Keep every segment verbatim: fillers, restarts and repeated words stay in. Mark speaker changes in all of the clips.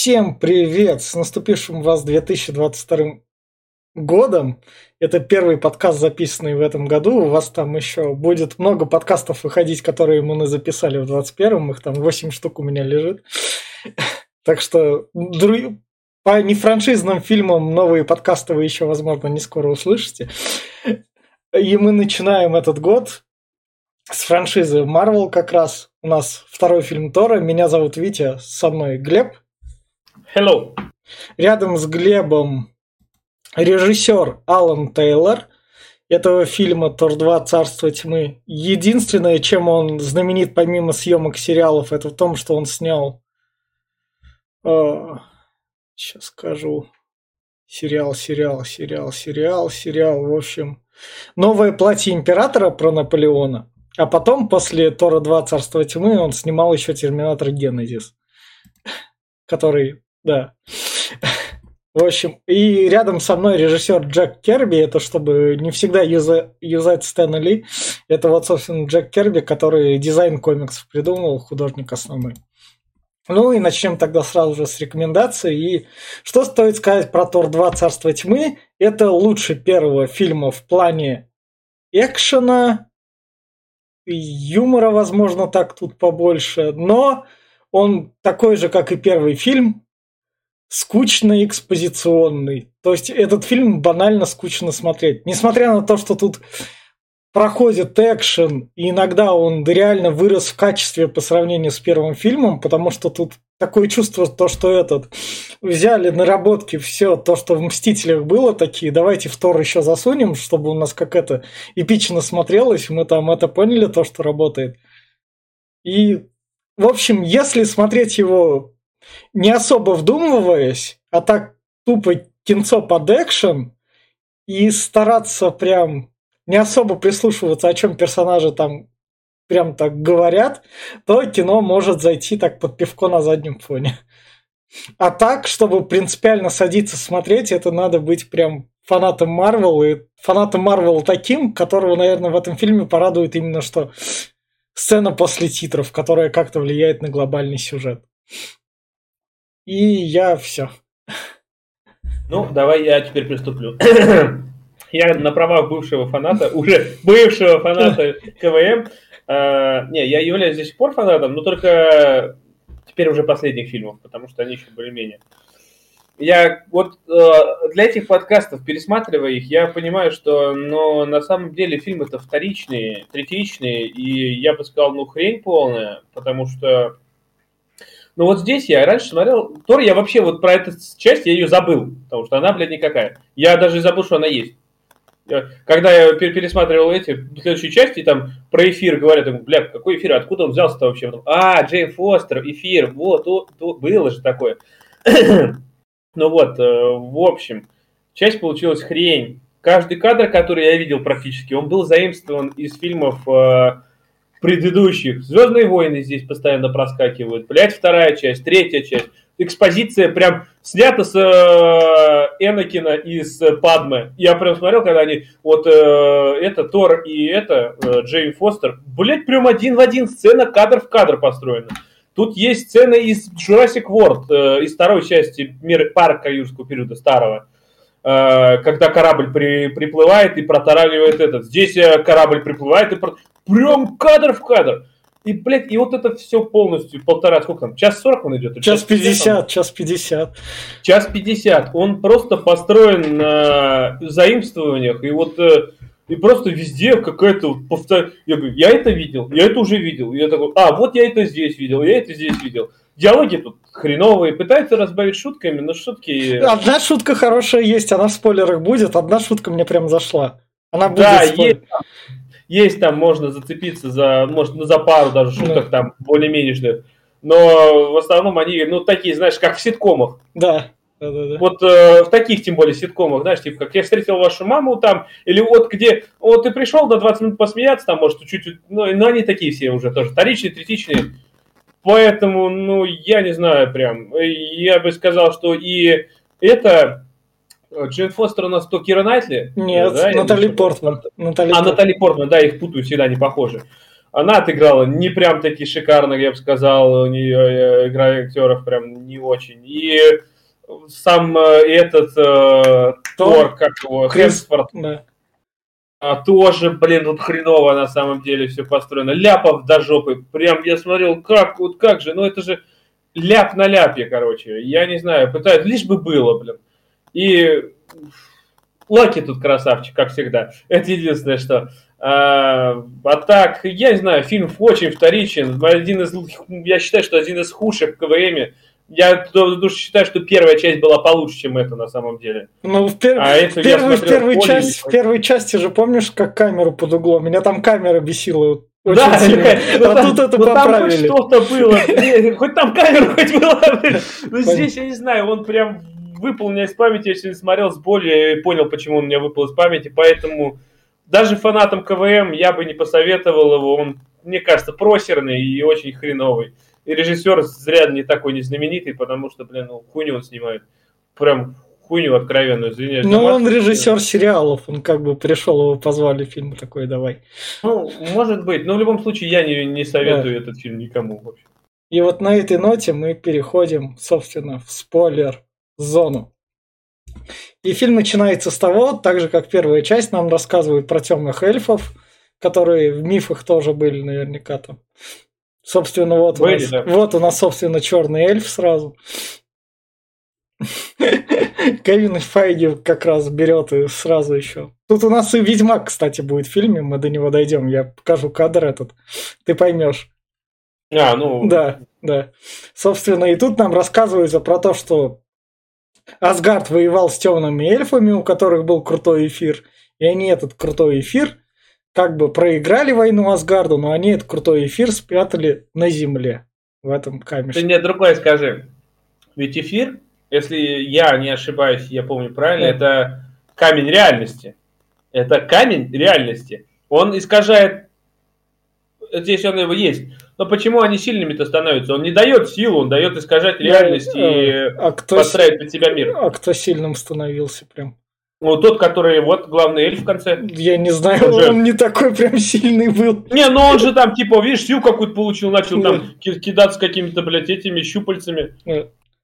Speaker 1: Всем привет! С наступившим вас две тысячи двадцать вторым годом. Это первый подкаст, записанный в этом году. У вас там еще будет много подкастов выходить, которые мы записали в двадцать первом. Их там восемь штук у меня лежит. Так что по нефраншизным фильмам новые подкасты вы еще, возможно, не скоро услышите. И мы начинаем этот год с франшизы Marvel как раз. У нас второй фильм Тора. Меня зовут Витя, со мной Глеб.
Speaker 2: Hello.
Speaker 1: Рядом с Глебом режиссер Алан Тейлор этого фильма «Тор два. Царство тьмы». Единственное, чем он знаменит помимо съемок сериалов, это в том, что он снял... Э, сейчас скажу... Сериал, сериал, сериал, сериал, сериал, в общем... «Новое платье императора» про Наполеона. А потом, после «Тора два. Царство тьмы», он снимал еще «Терминатор Генезис», который... Да. В общем, и рядом со мной режиссер Джек Керби. Это чтобы не всегда юза, юзать Стэна Ли. Это вот, собственно, Джек Керби, который дизайн комиксов придумал, художник основной. Ну и начнем тогда сразу же с рекомендаций. И что стоит сказать про Тор два. Царство тьмы? Это лучше первого фильма в плане экшена, юмора, возможно, так тут побольше. Но он такой же, как и первый фильм, скучно экспозиционный. То есть этот фильм банально скучно смотреть. Несмотря на то, что тут проходит экшен, и иногда он реально вырос в качестве по сравнению с первым фильмом, потому что тут такое чувство, то, что этот взяли наработки, все то, что в «Мстителях» было, такие, давайте в Тор еще засунем, чтобы у нас как это эпично смотрелось, мы там это поняли, то, что работает. И, в общем, если смотреть его не особо вдумываясь, а так тупо кинцо под экшен и стараться прям не особо прислушиваться, о чем персонажи там прям так говорят, то кино может зайти так под пивко на заднем фоне. А так, чтобы принципиально садиться смотреть, это надо быть прям фанатом Марвел, и фанатом Марвел таким, которого, наверное, в этом фильме порадует именно что сцена после титров, которая как-то влияет на глобальный сюжет. И я все.
Speaker 2: Ну, давай я теперь приступлю. Я на правах бывшего фаната, уже бывшего фаната КВМ, э, не, я являюсь до сих пор фанатом, но только теперь уже последних фильмов, потому что они еще более-менее. Я вот э, для этих подкастов, пересматривая их, я понимаю, что ну, на самом деле фильмы-то вторичные, третичные, и я бы сказал, ну, хрень полная, потому что ну вот здесь я раньше смотрел, Тор, я вообще вот про эту часть, я ее забыл, потому что она, блядь, никакая. Я даже забыл, что она есть. Когда я пересматривал эти следующие части, там про эфир говорят, я говорю, блядь, какой эфир, откуда он взялся-то вообще? А, Джейн Фостер, эфир, вот, то, то, было же такое. Ну вот, в общем, часть получилась хрень. Каждый кадр, который я видел практически, он был заимствован из фильмов предыдущих. «Звездные войны» здесь постоянно проскакивают. Блять, вторая часть, третья часть. Экспозиция прям снята с э, Энакина и с Падме. Я прям смотрел, когда они вот э, это Тор и это э, Джейн Фостер. Блять, прям один в один сцена, кадр в кадр построена. Тут есть сцена из Jurassic World, э, из второй части мира, парка юрского периода старого. Когда корабль при, приплывает и протаранивает этот. Здесь корабль приплывает и про... прям кадр в кадр. И, блядь, и вот это все полностью, полтора, сколько там, час сорок он идет?
Speaker 1: Час пятьдесят, час пятьдесят.
Speaker 2: Час пятьдесят. Он просто построен на заимствованиях, и вот и просто везде какая-то вот повтор... Я говорю, я это видел, я это уже видел. И я такой, а, вот я это здесь видел, я это здесь видел. Диалоги тут хреновые, пытаются разбавить шутками, но шутки...
Speaker 1: Одна шутка хорошая есть, она в спойлерах будет, одна шутка мне прям зашла. Она будет
Speaker 2: да, есть, есть там, можно зацепиться за, может, ну, за пару даже шуток да. Там более-менее, но в основном они, ну, такие, знаешь, как в ситкомах.
Speaker 1: Да. Да, да, да.
Speaker 2: Вот э, в таких, тем более, ситкомах, знаешь, типа, как «Я встретил вашу маму» там, или вот где, вот ты пришел на двадцать минут посмеяться, там, может, чуть-чуть, ну, но они такие все уже тоже, вторичные, третичные. Поэтому, ну, я не знаю прям. Я бы сказал, что и это... Джейн Фостер у нас то Кира Найтли?
Speaker 1: Нет, да, Натали Портман.
Speaker 2: Натали а, Натали Портман, да, их путаю, всегда не похожи. она отыграла не прям таки шикарно, я бы сказал, у нее игра актеров прям не очень. И сам этот э, Тор, как его, Хемсворт,
Speaker 1: да.
Speaker 2: а, тоже, блин, вот хреново на самом деле все построено. Ляпов до жопы. Прям я смотрел, как, вот как же, ну это же ляп на ляпе, короче. Я не знаю, пытаюсь, лишь бы было, блин. И Локи тут красавчик, как всегда. Это единственное, что. А, а так, я не знаю, фильм очень вторичен. Один из, я считаю, что один из худших в КВМе. Я тоже считаю, что первая часть была получше, чем эта на самом деле.
Speaker 1: Ну, в, пер... а в, первый, в, первой часть, в первой части же помнишь, как камеру под углом? Меня там камера бесила. Очень
Speaker 2: да,
Speaker 1: сильно.
Speaker 2: Ну,
Speaker 1: а
Speaker 2: там,
Speaker 1: тут это
Speaker 2: ну,
Speaker 1: поправили.
Speaker 2: Там хоть что-то было. Хоть там камера хоть была. Но здесь, я не знаю, он прям выпал у меня из памяти. Я сегодня смотрел с болью и понял, почему он у меня выпал из памяти. Поэтому даже фанатам КВМ я бы не посоветовал его. Он, мне кажется, просерный и очень хреновый. И режиссер зря не такой не знаменитый, потому что, блин, ну, хуйню он снимает. Прям хуйню откровенную, извиняюсь.
Speaker 1: Ну, он режиссер сериалов, он как бы пришел, его позвали в фильм такой, давай.
Speaker 2: Ну, может быть, но в любом случае я не, не советую да. этот фильм никому вообще.
Speaker 1: И вот на этой ноте мы переходим, собственно, в спойлер-зону. И фильм начинается с того, так же, как первая часть, нам рассказывают про темных эльфов, которые в мифах тоже были наверняка там. Собственно, вот, Были, у нас, да. вот у нас, собственно, черный эльф сразу. Кевин Файги как раз берет и сразу еще. Тут у нас и Ведьмак, кстати, будет в фильме, мы до него дойдем. Я покажу кадр этот, ты поймешь.
Speaker 2: А, ну...
Speaker 1: Да, да. Собственно, и тут нам рассказывается про то, что Асгард воевал с темными эльфами, у которых был крутой эфир, и они этот крутой эфир как бы проиграли войну Асгарду, но они этот крутой эфир спрятали на земле, в этом камешке.
Speaker 2: Ты мне другое скажи. Ведь эфир, если я не ошибаюсь, я помню правильно, да. это камень реальности. Это камень реальности. Он искажает, здесь он его есть. Но почему они сильными-то становятся? Он не дает силу, он дает искажать реальность да, и а подстраивать под себя мир.
Speaker 1: А кто сильным становился прям?
Speaker 2: Ну, тот, который, вот, главный эльф в конце.
Speaker 1: Я не знаю, он, же... он не такой прям сильный был.
Speaker 2: Не, ну он же там, типа, видишь, силу какую-то получил, начал да. там кидаться какими-то, блядь, этими щупальцами.
Speaker 1: Да.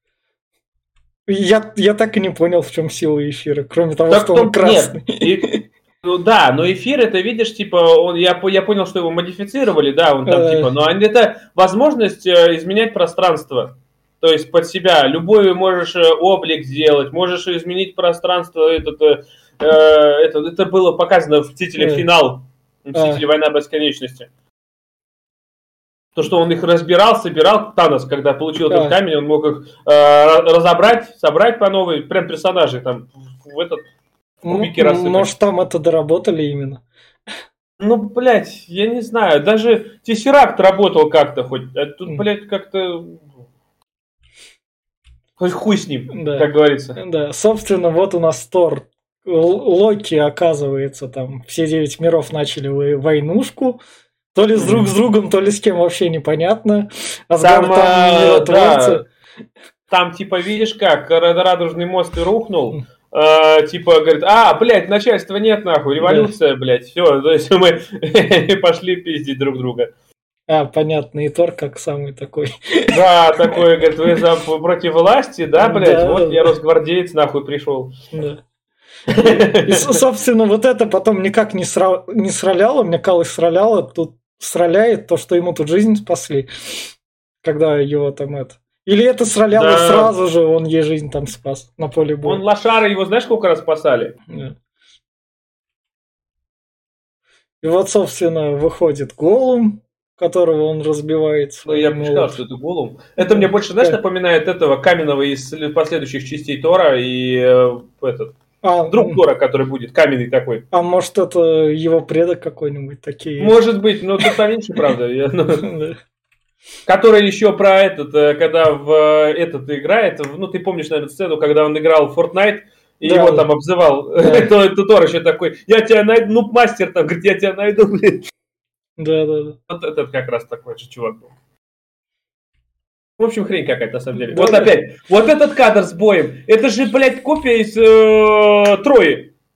Speaker 1: Я, я так и не понял, в чем сила эфира, кроме того, так что он красный.
Speaker 2: Нет. И, ну да, но эфир, это, видишь, типа, он, я, я понял, что его модифицировали, да, он там, а... типа, но это возможность изменять пространство. То есть под себя. Любой можешь облик сделать, можешь изменить пространство. Этот, э, это, это было показано в «Мстителях» yeah. финал. «Мстители. Война бесконечности». То, что он их разбирал, собирал. Танос, когда получил yeah. этот камень, он мог их э, разобрать, собрать по новой. Прям персонажей там в этот
Speaker 1: кубики ну, рассыпать. Может, там это доработали именно.
Speaker 2: Ну, блядь, я не знаю. Даже Тессеракт работал как-то хоть. А тут, блядь, как-то... Хоть хуй с ним, да. как говорится.
Speaker 1: Да, собственно, вот у нас Тор. Локи, оказывается, там все девять миров начали войнушку. То ли с друг с другом, то ли с кем, вообще непонятно.
Speaker 2: Асгард там, там миротворцы. Да. Там, типа, видишь как, радужный мост и рухнул. Uh, типа, говорит, а, блядь, начальства нет, нахуй, революция, да. блядь, все, то есть мы пошли пиздить друг друга.
Speaker 1: А, понятно, и Тор как самый такой.
Speaker 2: Да, такой, говорит, вы за, против власти, да, блядь, да, вот да. я росгвардеец, нахуй, пришел.
Speaker 1: Да. И, собственно, вот это потом никак не, сра... не сраляло, мне казалось, сраляло, тут сраляет то, что ему тут жизнь спасли, когда его там это... Или это сраляло да. сразу же, он ей жизнь там спас на поле боя.
Speaker 2: Он лошара, его знаешь, сколько раз спасали?
Speaker 1: Да. И вот, собственно, выходит Голум, которого он разбивает.
Speaker 2: Ну, я бы сказал, что это Голум. Это да. мне больше, знаешь, напоминает этого Каменного из последующих частей Тора и э, этот а, друг ну, Тора, который будет, каменный такой.
Speaker 1: А может, это его предок какой-нибудь такие?
Speaker 2: Может быть, но тут поменьше, правда. Который еще про этот, когда в этот играет, ну, ты помнишь, наверное, сцену, когда он играл в Fortnite, и да, его там обзывал. Да. это, это Тор еще такой, я тебя найду, ну, мастер там, говорит, я тебя найду, блин.
Speaker 1: Да, да, да.
Speaker 2: Вот этот как раз такой же чувак был. В общем, хрень какая-то, на самом деле. Да, вот да. опять, вот этот кадр с боем, это же, блядь, копия из э, Трои.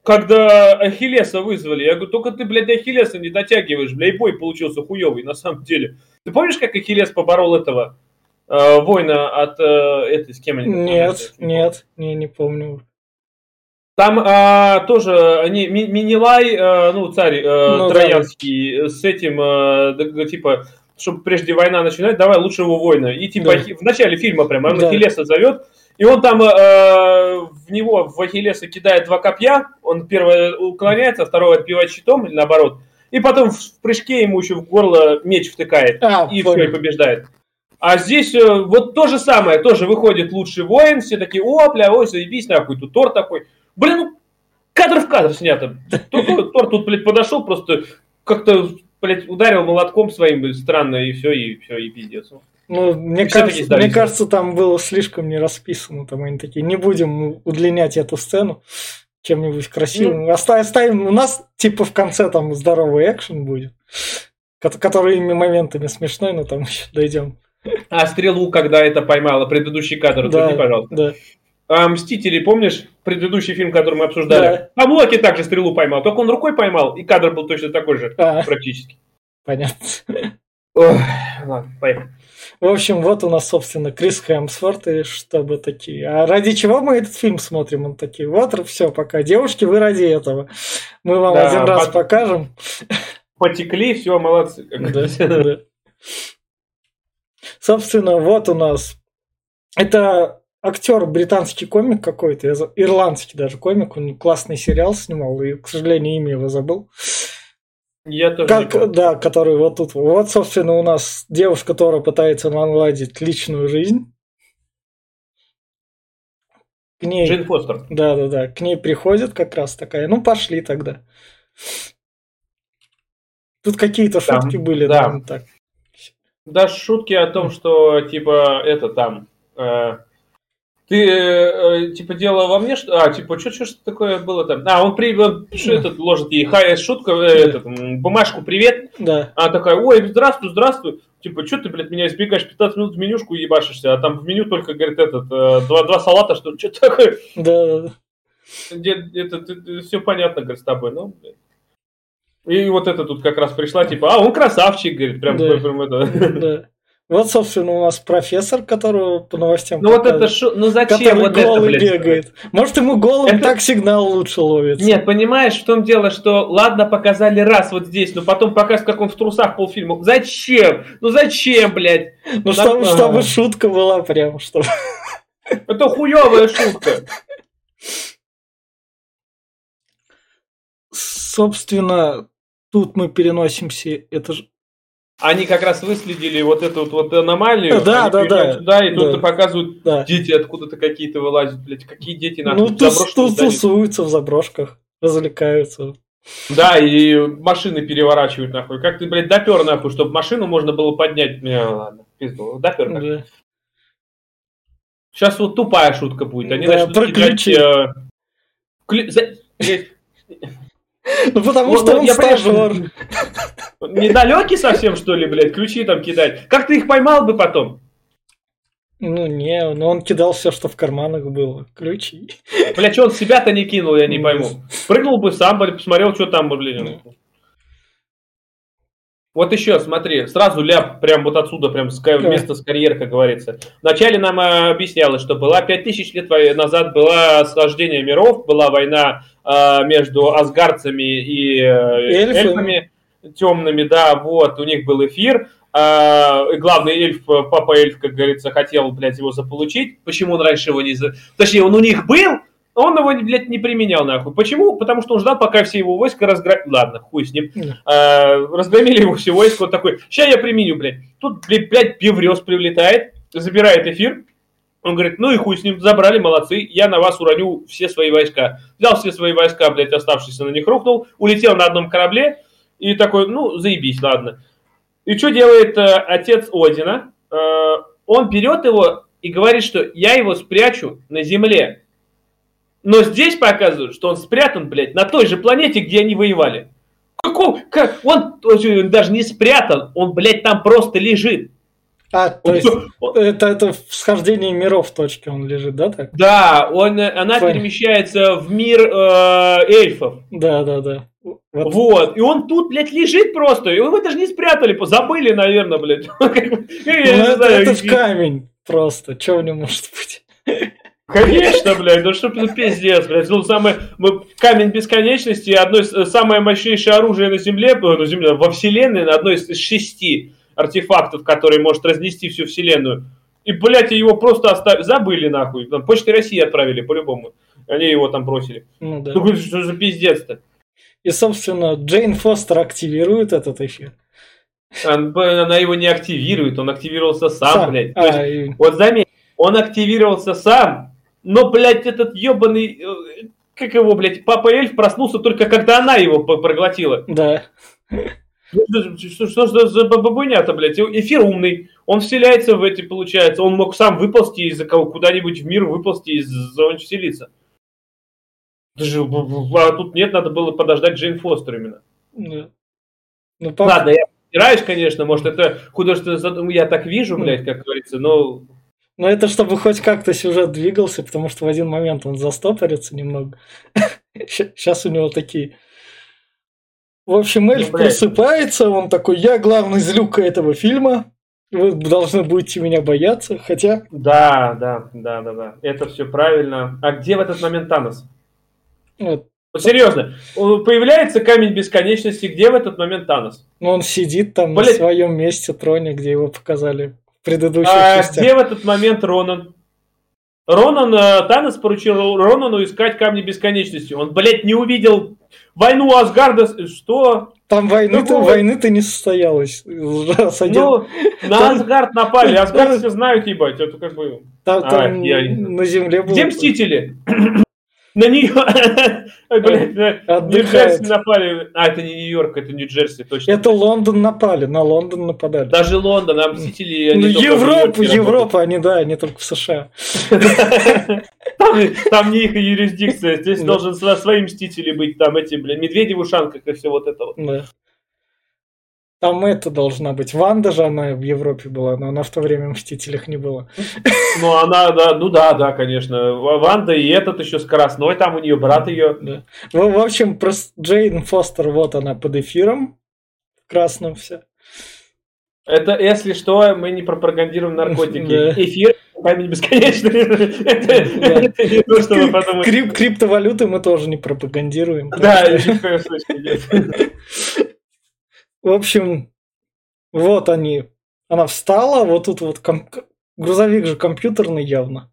Speaker 2: когда Ахиллеса вызвали. Я говорю, только ты, блядь, до Ахиллеса не дотягиваешь, блядь, и бой получился хуёвый, на самом деле. Ты помнишь, как Ахиллес поборол этого э, воина от э, этой, с кем они?
Speaker 1: Нет, нет, не, не помню.
Speaker 2: Там а, тоже они, Ми- Минилай, а, ну, царь а,
Speaker 1: Ну,
Speaker 2: Троянский, да. С этим, а, да, типа, чтобы прежде война начинать, давай лучшего воина. И типа
Speaker 1: Да.
Speaker 2: в начале фильма прям он
Speaker 1: Да.
Speaker 2: Ахиллеса зовет, и он там а, в него, в Ахиллеса кидает два копья, он первое уклоняется, а второе отбивает щитом, или наоборот. И потом в прыжке ему еще в горло меч втыкает,
Speaker 1: А,
Speaker 2: и
Speaker 1: понял.
Speaker 2: все, и побеждает. А здесь э, вот то же самое, тоже выходит лучший воин, все такие, о, бля, ой, заебись, нахуй, тут Тор такой. Блин, ну, кадр в кадр снято. Тор, Тор тут, блядь, подошел, просто как-то, блядь, ударил молотком своим странно, и все, и все, и пиздец.
Speaker 1: Ну, мне,
Speaker 2: И все
Speaker 1: кажется,
Speaker 2: такие
Speaker 1: мне кажется, там было слишком не расписано. Там они такие, не будем удлинять эту сцену чем-нибудь красивым. Ну, оставим, оставим, у нас типа в конце там здоровый экшен будет, который моментами смешной, но там еще дойдем.
Speaker 2: А стрелу, когда это поймала, предыдущий кадр,
Speaker 1: да,
Speaker 2: утверди, пожалуйста.
Speaker 1: Да.
Speaker 2: А «Мстители», помнишь, предыдущий фильм, который мы обсуждали?
Speaker 1: Да.
Speaker 2: Там Локи также стрелу поймал, только он рукой поймал, и кадр был точно такой же, а. практически.
Speaker 1: Понятно.
Speaker 2: Ох, ладно, поехали.
Speaker 1: В общем, вот у нас, собственно, Крис Хемсворт, и чтобы такие. А ради чего мы этот фильм смотрим? Он такие, вот, все, пока. Девушки, вы ради этого. Мы вам да, один раз под... покажем.
Speaker 2: Потекли, все, молодцы.
Speaker 1: Да, да. Собственно, вот у нас. Это актер, британский комик какой-то, ирландский даже комик, он классный сериал снимал, и, к сожалению, имя его забыл.
Speaker 2: Я тоже
Speaker 1: как, да, который вот тут. Вот, собственно, у нас девушка, которая пытается наладить личную жизнь. К ней...
Speaker 2: Джейн Фостер.
Speaker 1: Да, да, да. К ней приходит как раз такая. Ну, пошли тогда. Тут какие-то шутки
Speaker 2: там,
Speaker 1: были,
Speaker 2: да.
Speaker 1: наверное, так.
Speaker 2: Да, шутки о том, что, типа, это там... Э, ты, э, типа, делала во мне что... А, типа, что что такое было там? А, он, при, он что, этот, ложит ей хай, шутка, э, этот, бумажку «Привет».
Speaker 1: Да.
Speaker 2: Она такая, ой, здравствуй, здравствуй. Типа, что ты, блядь, меня избегаешь, пятнадцать минут в менюшку ебашишься, а там в меню только, говорит, этот, э, два, два салата, что ли, что такое?
Speaker 1: Да, да, да.
Speaker 2: Это, это, это, все понятно, говорит, с тобой, ну, блядь. И вот это тут как раз пришла, типа, а, он красавчик, говорит, прям,
Speaker 1: да.
Speaker 2: прям это.
Speaker 1: Да. Вот, собственно, у нас профессор, которого по новостям
Speaker 2: Ну вот это шо, ну зачем вот это, блядь?
Speaker 1: Бегает. Может, ему голым это... так сигнал лучше ловится.
Speaker 2: Нет, понимаешь, в том дело, что ладно, показали раз вот здесь, но потом показывают, как он в трусах полфильма. Зачем? Ну зачем, блядь?
Speaker 1: Ну, чтобы, чтобы шутка была прям, чтобы...
Speaker 2: Это хуёвая шутка.
Speaker 1: Собственно, тут мы переносимся, это же...
Speaker 2: Они как раз выследили вот эту вот, вот аномалию.
Speaker 1: Да, да, да.
Speaker 2: Туда, и
Speaker 1: да.
Speaker 2: тут показывают,
Speaker 1: да.
Speaker 2: дети откуда-то какие-то вылазят, блядь. Какие дети, нахуй?
Speaker 1: Ну, тут, тут тусуются в заброшках, развлекаются.
Speaker 2: Да, и машины переворачивают, нахуй. Как ты, блядь, допер, нахуй, чтобы машину можно было поднять. Не, ладно, пизду, допер, нахуй. Да. Сейчас вот тупая шутка будет. Они
Speaker 1: да,
Speaker 2: начнут кидать... Э, кли... За...
Speaker 1: Ну, потому ну, что ну, он стажер.
Speaker 2: Недалекий совсем, что ли, блядь, ключи там кидать. Как ты их поймал бы потом?
Speaker 1: Ну, не, но он кидал все, что в карманах было. Ключи.
Speaker 2: Блядь, что он себя-то не кинул, я не пойму. Прыгнул бы сам, блядь, посмотрел, что там, блядь. Вот еще, смотри, сразу ляп прям вот отсюда, прям с, вместо с карьер, как говорится. Вначале нам э, объяснялось, что была пять тысяч лет назад было схождение миров, была война э, между асгардцами и э, эльфами темными, да, вот, у них был эфир. Э, и главный эльф, папа эльф, как говорится, хотел, блядь, его заполучить. Почему он раньше его не... За... Точнее, он у них был, он его, блядь, не применял, нахуй. Почему? Потому что он ждал, пока все его войска разгромили. Ладно, хуй с ним. А, разгромили его все войска. Он такой, ща я применю, блядь. Тут, блядь, блядь, пиврёз прилетает, забирает эфир. Он говорит, ну и хуй с ним, забрали, молодцы. Я на вас уроню все свои войска. Взял все свои войска, блядь, оставшиеся на них, рухнул. Улетел на одном корабле. И такой, ну, заебись, ладно. И что делает э, отец Одина? Э, он берет его и говорит, что я его спрячу на земле. Но здесь показывают, что он спрятан, блядь, на той же планете, где они воевали. Какого? Как? Он, он даже не спрятан, он, блядь, там просто лежит.
Speaker 1: А, то есть это, это в схождении миров точки он лежит, да? Так?
Speaker 2: Да, он, она Понятно. перемещается в мир э, эльфов.
Speaker 1: Да, да, да.
Speaker 2: Вот. вот. И он тут, блядь, лежит просто. И вы даже не спрятали, забыли, наверное, блядь.
Speaker 1: Это ж камень просто. Чего в нем может быть?
Speaker 2: Конечно, блядь, ну что ну, пиздец, блядь. Ну, самый, камень бесконечности, одно из, самое мощнейшее оружие на Земле, на Земле, во Вселенной, одно из шести артефактов, которые может разнести всю Вселенную. И, блядь, его просто оставили, забыли нахуй. Там, Почтой России отправили, по-любому. Они его там бросили.
Speaker 1: Ну, да.
Speaker 2: Ну, что за пиздец-то?
Speaker 1: И, собственно, Джейн Фостер активирует этот эфир.
Speaker 2: Она, она его не активирует, он активировался сам, сам. блядь.
Speaker 1: А,
Speaker 2: есть,
Speaker 1: и...
Speaker 2: Вот заметь, он активировался сам, но, блядь, этот ебаный, как его, блядь, Папа Эльф проснулся только когда она его проглотила.
Speaker 1: Да.
Speaker 2: Что, что, что за бабуня-то, блядь? Эфир умный, он вселяется в эти, получается, он мог сам выползти из-за кого куда-нибудь в мир, выползти из-за он вселиться. Даже, а тут нет, надо было подождать Джейн Фостер именно.
Speaker 1: Да. Ну, пап...
Speaker 2: Ладно, я разбираюсь, конечно, может, это художественно, я так вижу, блядь, как говорится, но...
Speaker 1: Но это чтобы хоть как-то сюжет двигался, потому что в один момент он застопорится немного. Сейчас у него такие... В общем, эльф ну, просыпается, он такой, я главный злюка этого фильма, вы должны будете меня бояться, хотя...
Speaker 2: Да, да, да, да, да, это все правильно. А где в этот момент Танос?
Speaker 1: Вот.
Speaker 2: Вот серьезно, появляется камень бесконечности, где в этот момент Танос?
Speaker 1: Ну, он сидит там Блин. на своем месте, троне, где его показали в предыдущих
Speaker 2: а
Speaker 1: частях.
Speaker 2: Где в этот момент Ронан? Ронан, Танос поручил Ронану искать камни бесконечности. Он, блядь, не увидел войну Асгарда. Что?
Speaker 1: Там войны-то, войны-то не состоялось.
Speaker 2: Ну, на Асгард напали. Асгард все знают, ебать. Это как бы...
Speaker 1: Там, а, там я... на земле было...
Speaker 2: Где Мстители? На нее, блядь, на Нью-Джерси напали. А, это не Нью-Йорк, это Нью-Джерси, точно.
Speaker 1: Это Лондон напали, на Лондон нападали.
Speaker 2: Даже Лондон, а Мстители...
Speaker 1: Ну, Европа, Европа, они, да, они только в США.
Speaker 2: Там не их юрисдикция, здесь должен свои Мстители быть, там эти, блядь, медведи в ушанках и все вот это вот.
Speaker 1: Да. Там это должна быть. Ванда же она в Европе была, но она в то время в Мстителях не была.
Speaker 2: Ну, она, да, ну да, да, конечно. Ванда и этот еще скоростной, там у нее брат ее.
Speaker 1: Да. В, в общем, просто Джейн Фостер, вот она под эфиром. В красном вся.
Speaker 2: Это, если что, мы не пропагандируем наркотики. Эфир, камень бесконечный. Это не то, что вы подумаете.
Speaker 1: Криптовалюты мы тоже не пропагандируем.
Speaker 2: Да, ни в коем случае нет.
Speaker 1: В общем, вот они. Она встала, вот тут вот комп... грузовик же компьютерный явно.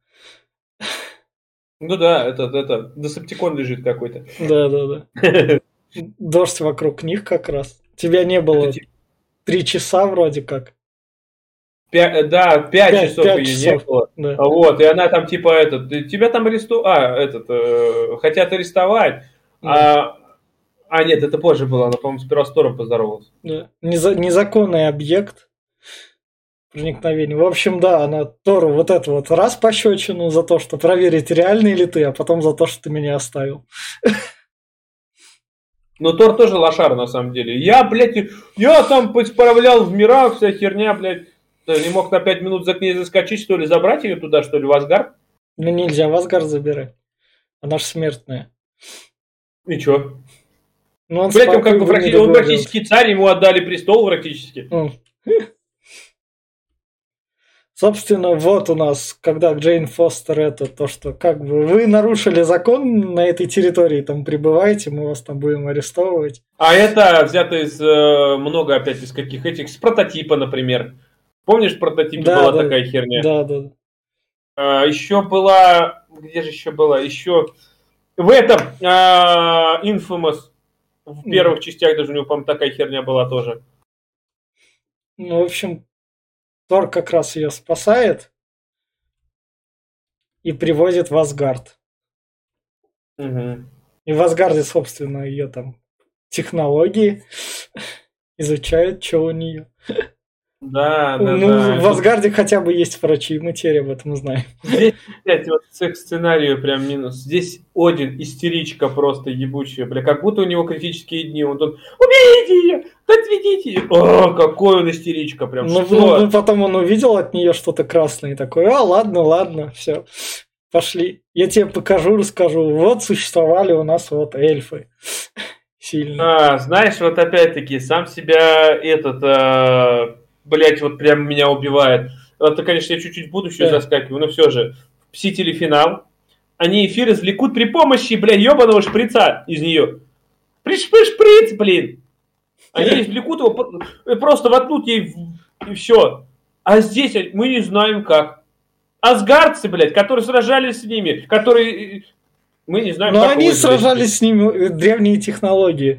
Speaker 2: Ну да, это, это Десептикон лежит какой-то.
Speaker 1: Да, да, да. Дождь вокруг них как раз. Тебя не было три часа вроде как.
Speaker 2: Пя- да, пять часов ее часов. не было. Да. Вот, и она там типа этот, тебя там арестовали, а, этот, э, хотят арестовать, да. а А, нет, это позже было, она, по-моему, с Пиростором поздоровалась.
Speaker 1: Да. Неза- незаконный объект проникновения. В общем, да, она Тору вот это вот раз пощечину за то, что проверить, реальный ли ты, а потом за то, что ты меня оставил.
Speaker 2: Ну, Тор тоже лошара, на самом деле. Я, блядь, я там справлял в мирах, вся херня, блядь. Не мог на пять минут за к ней заскочить, что ли, забрать ее туда, что ли, в Асгард?
Speaker 1: Ну, нельзя в Асгард забирать. Она же смертная.
Speaker 2: И чё?
Speaker 1: Ну, он,
Speaker 2: блядь, он как бы практи... он практически царь, ему отдали престол практически.
Speaker 1: Mm. Собственно, вот у нас, когда Джейн Фостер это то, что как бы вы нарушили закон на этой территории, там пребываете, мы вас там будем арестовывать.
Speaker 2: А это взято из э, много опять из каких этих, с прототипа, например. Помнишь, в прототипе да, была
Speaker 1: да,
Speaker 2: такая херня?
Speaker 1: Да, да.
Speaker 2: А, еще была, где же еще была? Еще в этом а, Infamous. В первых mm. частях даже у него, по-моему, такая херня была тоже.
Speaker 1: Ну, в общем, Тор как раз ее спасает и привозит в Асгард.
Speaker 2: Угу.
Speaker 1: И в Асгарде, собственно, ее там технологии изучают, что у нее.
Speaker 2: Да, да,
Speaker 1: ну,
Speaker 2: да.
Speaker 1: В Асгарде хотя бы есть врачи, мы теперь об этом знаем.
Speaker 2: Здесь, блядь, вот с их сценарию прям минус. Здесь Один истеричка просто ебучая, бля, как будто у него критические дни. Он тут, убейте ее, Да отведите ее. О, какой он истеричка, прям
Speaker 1: ну,
Speaker 2: что?
Speaker 1: Ну, потом он увидел от нее что-то красное и такой, а, ладно, ладно, все, пошли. Я тебе покажу, расскажу. Вот существовали у нас вот эльфы. Сильно.
Speaker 2: А, знаешь, вот опять-таки, сам себя этот, а, блять, вот прям меня убивает. Это, конечно, я чуть-чуть в будущее
Speaker 1: Да.
Speaker 2: заскакиваю, но все же. Мстители финал. Они эфир извлекут при помощи, бля, ебаного шприца из нее. Шприц, блин. Они извлекут его, просто воткнут ей в- и все. А здесь мы не знаем как. Асгардцы, блядь, которые сражались с ними, которые... Мы не знаем,
Speaker 1: Но
Speaker 2: как
Speaker 1: они
Speaker 2: его извлечь.
Speaker 1: сражались с ними, древние технологии.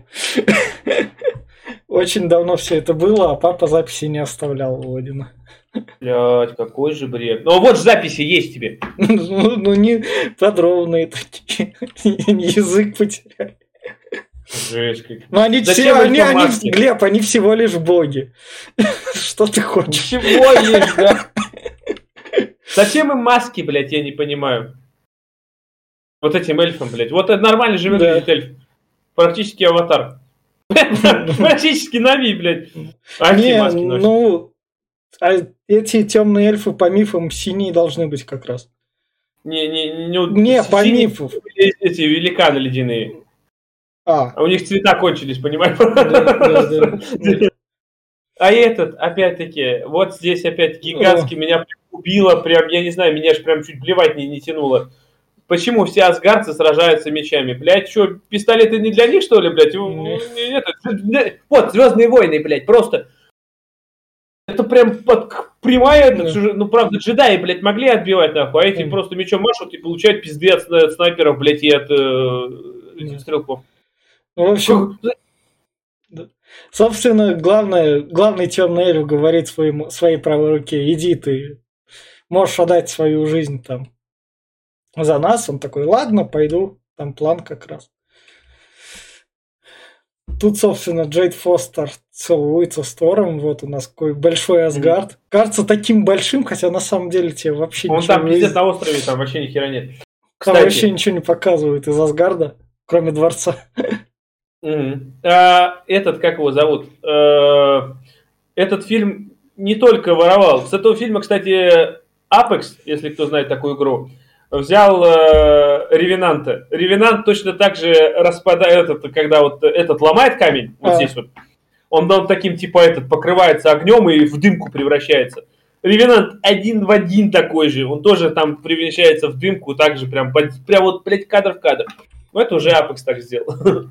Speaker 1: Очень давно все это было, а папа записи не оставлял у Одина.
Speaker 2: Блядь, какой же бред. Ну вот записи есть тебе.
Speaker 1: Ну, ну не подробные такие. Язык потеряли.
Speaker 2: Жесть. Как...
Speaker 1: Но они все,
Speaker 2: Зачем
Speaker 1: они,
Speaker 2: им
Speaker 1: они,
Speaker 2: маски?
Speaker 1: Глеб, они всего лишь боги. Что ты хочешь?
Speaker 2: Чего есть, да? Зачем им маски, блядь, я не понимаю. Вот этим эльфам, блядь. Вот это нормально же выглядит
Speaker 1: Да.
Speaker 2: эльф. Практически аватар. Практически Нави, блядь. А
Speaker 1: Не,
Speaker 2: все маски носят.
Speaker 1: ну, а эти темные эльфы по мифам синие должны быть как раз.
Speaker 2: Не, не, не,
Speaker 1: Не, по
Speaker 2: синие
Speaker 1: мифу.
Speaker 2: Эти великаны ледяные.
Speaker 1: А,
Speaker 2: А у них цвета кончились, понимаешь?
Speaker 1: да, да, да.
Speaker 2: А этот, опять-таки, вот здесь опять гигантски меня прям убило, прям, я не знаю, меня аж прям чуть блевать не, не тянуло. Почему все асгардцы сражаются мечами? Блядь, что, пистолеты не для них, что ли, блядь? Это, вот, Звездные войны, блядь, просто. Это прям под, прямая,
Speaker 1: Да.
Speaker 2: ну, правда, джедаи, блядь, могли отбивать, нахуй, а эти
Speaker 1: Да.
Speaker 2: просто мечом машут и получают пиздец от снайперов, блядь, и от э,
Speaker 1: Да.
Speaker 2: стрелков.
Speaker 1: Ну, в общем, да. Собственно, главное, главный темный эльф говорит своему, своей правой руке, иди ты, можешь отдать свою жизнь там за нас. Он такой, ладно, пойду, там план как раз. Тут, собственно, Джейд Фостер целуется с Тором, вот у нас какой большой Асгард. Mm-hmm. Кажется таким большим, хотя на самом деле тебе вообще
Speaker 2: Он
Speaker 1: ничего
Speaker 2: там
Speaker 1: не...
Speaker 2: пиздец на острове, там вообще ни хера нет.
Speaker 1: Там
Speaker 2: Кстати,
Speaker 1: вообще ничего не показывают из Асгарда, кроме дворца.
Speaker 2: Mm-hmm. А, этот, как его зовут? А, этот фильм не только воровал. С этого фильма, кстати, Apex, если кто знает такую игру, взял э, Ревенанта. Ревенант точно так же распадает, этот, когда вот этот ломает камень, вот а. здесь вот, он, он таким типа этот покрывается огнем и в дымку превращается. Ревенант один в один такой же, он тоже там превращается в дымку, так же прям, прям вот, блядь, кадр в кадр. Ну это уже Apex так сделал.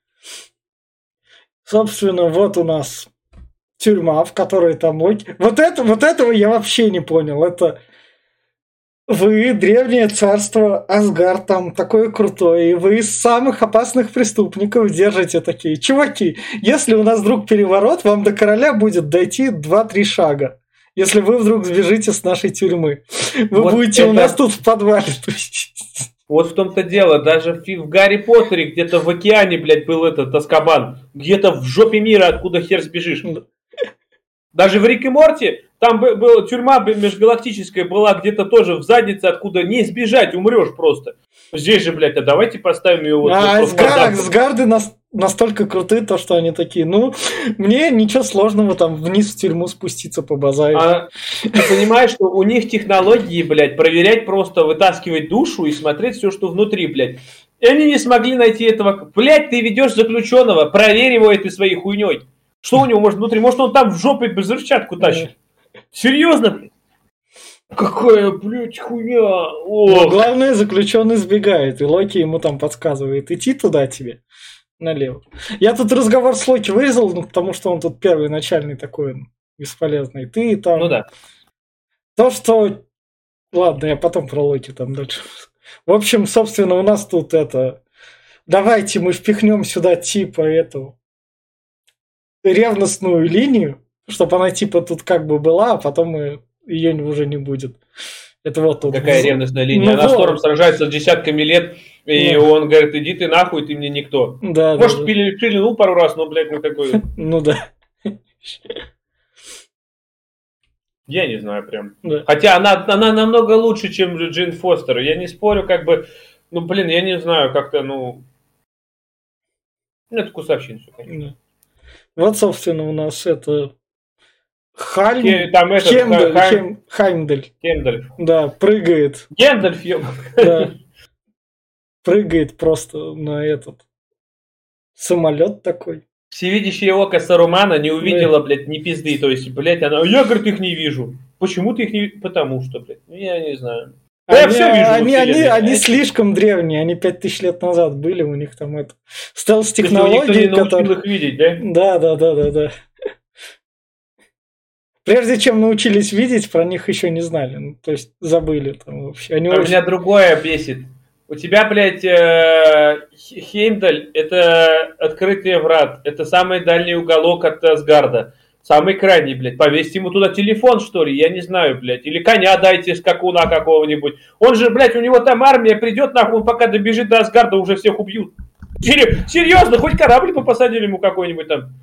Speaker 1: Собственно, вот у нас тюрьма, в которой там Локи. Вот, это, вот этого я вообще не понял. Это вы, древнее царство, Асгард там такое крутое, и вы из самых опасных преступников держите такие. Чуваки, если у нас вдруг переворот, вам до короля будет дойти два-три шага. Если вы вдруг сбежите с нашей тюрьмы. Вы вот будете это... у нас тут в подвале.
Speaker 2: Вот в том-то дело, даже в, в Гарри Поттере где-то в океане, блядь, был этот Азкабан. Где-то в жопе мира, откуда хер сбежишь. Даже в Рик и Морти, там была тюрьма межгалактическая, была где-то тоже в заднице, откуда не сбежать, умрешь просто. Здесь же, блядь, а давайте поставим ее вот...
Speaker 1: А
Speaker 2: вот
Speaker 1: Асгарды нас, настолько крутые, то, что они такие, ну, мне ничего сложного там вниз в тюрьму спуститься по базару.
Speaker 2: А, ты понимаешь, что у них технологии, блядь, проверять просто, вытаскивать душу и смотреть все, что внутри, блядь. И они не смогли найти этого... Блядь, ты ведешь заключенного, проверь его этой своей хуйней. Что у него может внутри? Может, он там в жопе взрывчатку тащит? Серьезно, блядь? Какая, блядь, хуйня.
Speaker 1: Ну, главное, заключенный сбегает, и Локи ему там подсказывает. Идти туда тебе, налево. Я тут разговор с Локи вырезал, ну, потому что он тут первый начальный такой бесполезный. Ты там...
Speaker 2: Ну да.
Speaker 1: То, что... Ладно, я потом про Локи там дальше. В общем, собственно, у нас тут это... Давайте мы впихнем сюда типа эту... ревностную линию, чтобы она типа тут как бы была, а потом ее уже не будет. Это вот тут.
Speaker 2: Какая ревностная линия?
Speaker 1: Ну,
Speaker 2: она
Speaker 1: вот.
Speaker 2: с Тором сражается десятками лет, и ну. он говорит, иди ты нахуй, ты мне никто.
Speaker 1: Да,
Speaker 2: Может,
Speaker 1: да,
Speaker 2: пили, пилинул пару раз, но, блядь, ну такой...
Speaker 1: Ну да.
Speaker 2: Я не знаю прям.
Speaker 1: Да.
Speaker 2: Хотя она, она намного лучше, чем Джейн Фостер. Я не спорю, как бы... Ну, блин, я не знаю, как-то, ну... Ну, это вкусовщина все, конечно.
Speaker 1: Да. Вот, собственно, у нас это... Хальм...
Speaker 2: Хе- Там этот...
Speaker 1: Хемдель,
Speaker 2: Ха-
Speaker 1: Хем- Хаймдель.
Speaker 2: Гендальф.
Speaker 1: Да, прыгает.
Speaker 2: Гендальф, ёб.
Speaker 1: Да. Прыгает просто на этот самолет такой.
Speaker 2: Всевидящее око Сарумана не увидела, блядь, ни пизды. То есть, блядь, она... Я, говорит, их не вижу. Почему ты их не видишь? Потому что, блядь. Ну, я не знаю. Да я
Speaker 1: Они,
Speaker 2: все вижу во
Speaker 1: они, они,
Speaker 2: вселенной.
Speaker 1: они слишком древние, они пять тысяч лет назад были, у них там это...
Speaker 2: То есть его никто не
Speaker 1: Стелс-технологии,
Speaker 2: научил
Speaker 1: которые...
Speaker 2: их видеть, да?
Speaker 1: Да, да, да, да, да. Прежде чем научились видеть, про них еще не знали. Ну, то есть забыли там вообще. Они
Speaker 2: А
Speaker 1: очень...
Speaker 2: меня другое бесит. У тебя, блядь, э, Х- Хеймдаль – это открытый врат. Это самый дальний уголок от Асгарда. Самый крайний, блядь. Повесьте ему туда телефон, что ли, я не знаю, блядь. Или коня дайте, скакуна какого-нибудь. Он же, блядь, у него там армия придет, нахуй, он пока добежит до Асгарда, уже всех убьют. Сери- Серьезно, хоть корабль бы посадили ему какой-нибудь там.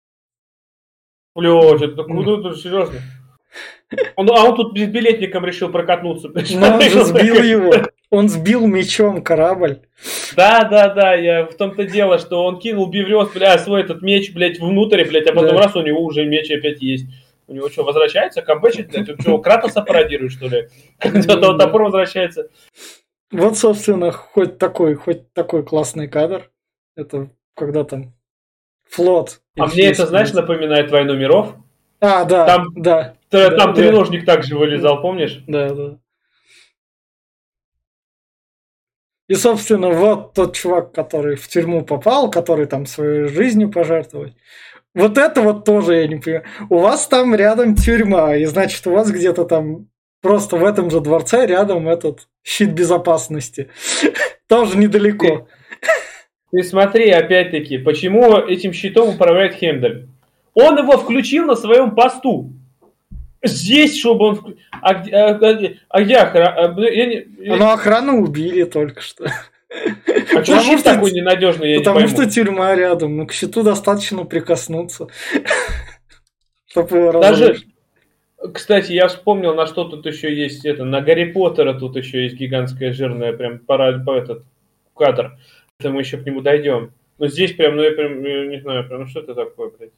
Speaker 2: Блядь, это куда это серьезно? Он, а он тут безбилетником решил прокатнуться.
Speaker 1: Но он же сбил его. Он сбил мечом корабль.
Speaker 2: Да, да, да, я в том-то дело, что он кинул биврёс, бля, свой этот меч, блядь, внутрь, блядь, а потом
Speaker 1: Да.
Speaker 2: раз у него уже меч опять есть. У него что, возвращается, камбэчит, блядь, он что, Кратоса пародирует, что ли? Когда топор возвращается.
Speaker 1: Вот, собственно, хоть такой, хоть такой классный кадр. Это когда там флот.
Speaker 2: А мне это, знаешь, напоминает «Войну миров».
Speaker 1: А, да,
Speaker 2: Там,
Speaker 1: да.
Speaker 2: т-
Speaker 1: да,
Speaker 2: там
Speaker 1: да.
Speaker 2: треножник также вылезал, помнишь?
Speaker 1: Да, да. И, собственно, вот тот чувак, который в тюрьму попал, который там своей жизнью пожертвовать. Вот это вот тоже я не понимаю. У вас там рядом тюрьма, и значит, у вас где-то там просто в этом же дворце рядом этот щит безопасности. Тоже недалеко.
Speaker 2: Ты смотри, опять-таки, почему этим щитом управляет Хемдаль. Он его включил на своем посту. Здесь, чтобы он... вк- А где, а, а- а где охрана? Я не- я-
Speaker 1: Но охрану убили только что.
Speaker 2: А что
Speaker 1: потому
Speaker 2: щит
Speaker 1: что-
Speaker 2: такой ненадежный, я
Speaker 1: Потому
Speaker 2: не пойму.
Speaker 1: что тюрьма рядом. Ну, к щиту достаточно прикоснуться. Чтобы его
Speaker 2: Даже,
Speaker 1: разрушить.
Speaker 2: кстати, я вспомнил, на что тут еще есть это. На Гарри Поттера тут еще есть гигантская жирная прям пора, по этот кадр. Это мы еще к нему дойдем. Но здесь прям, ну я прям, я не знаю, прям, ну что это такое, блядь.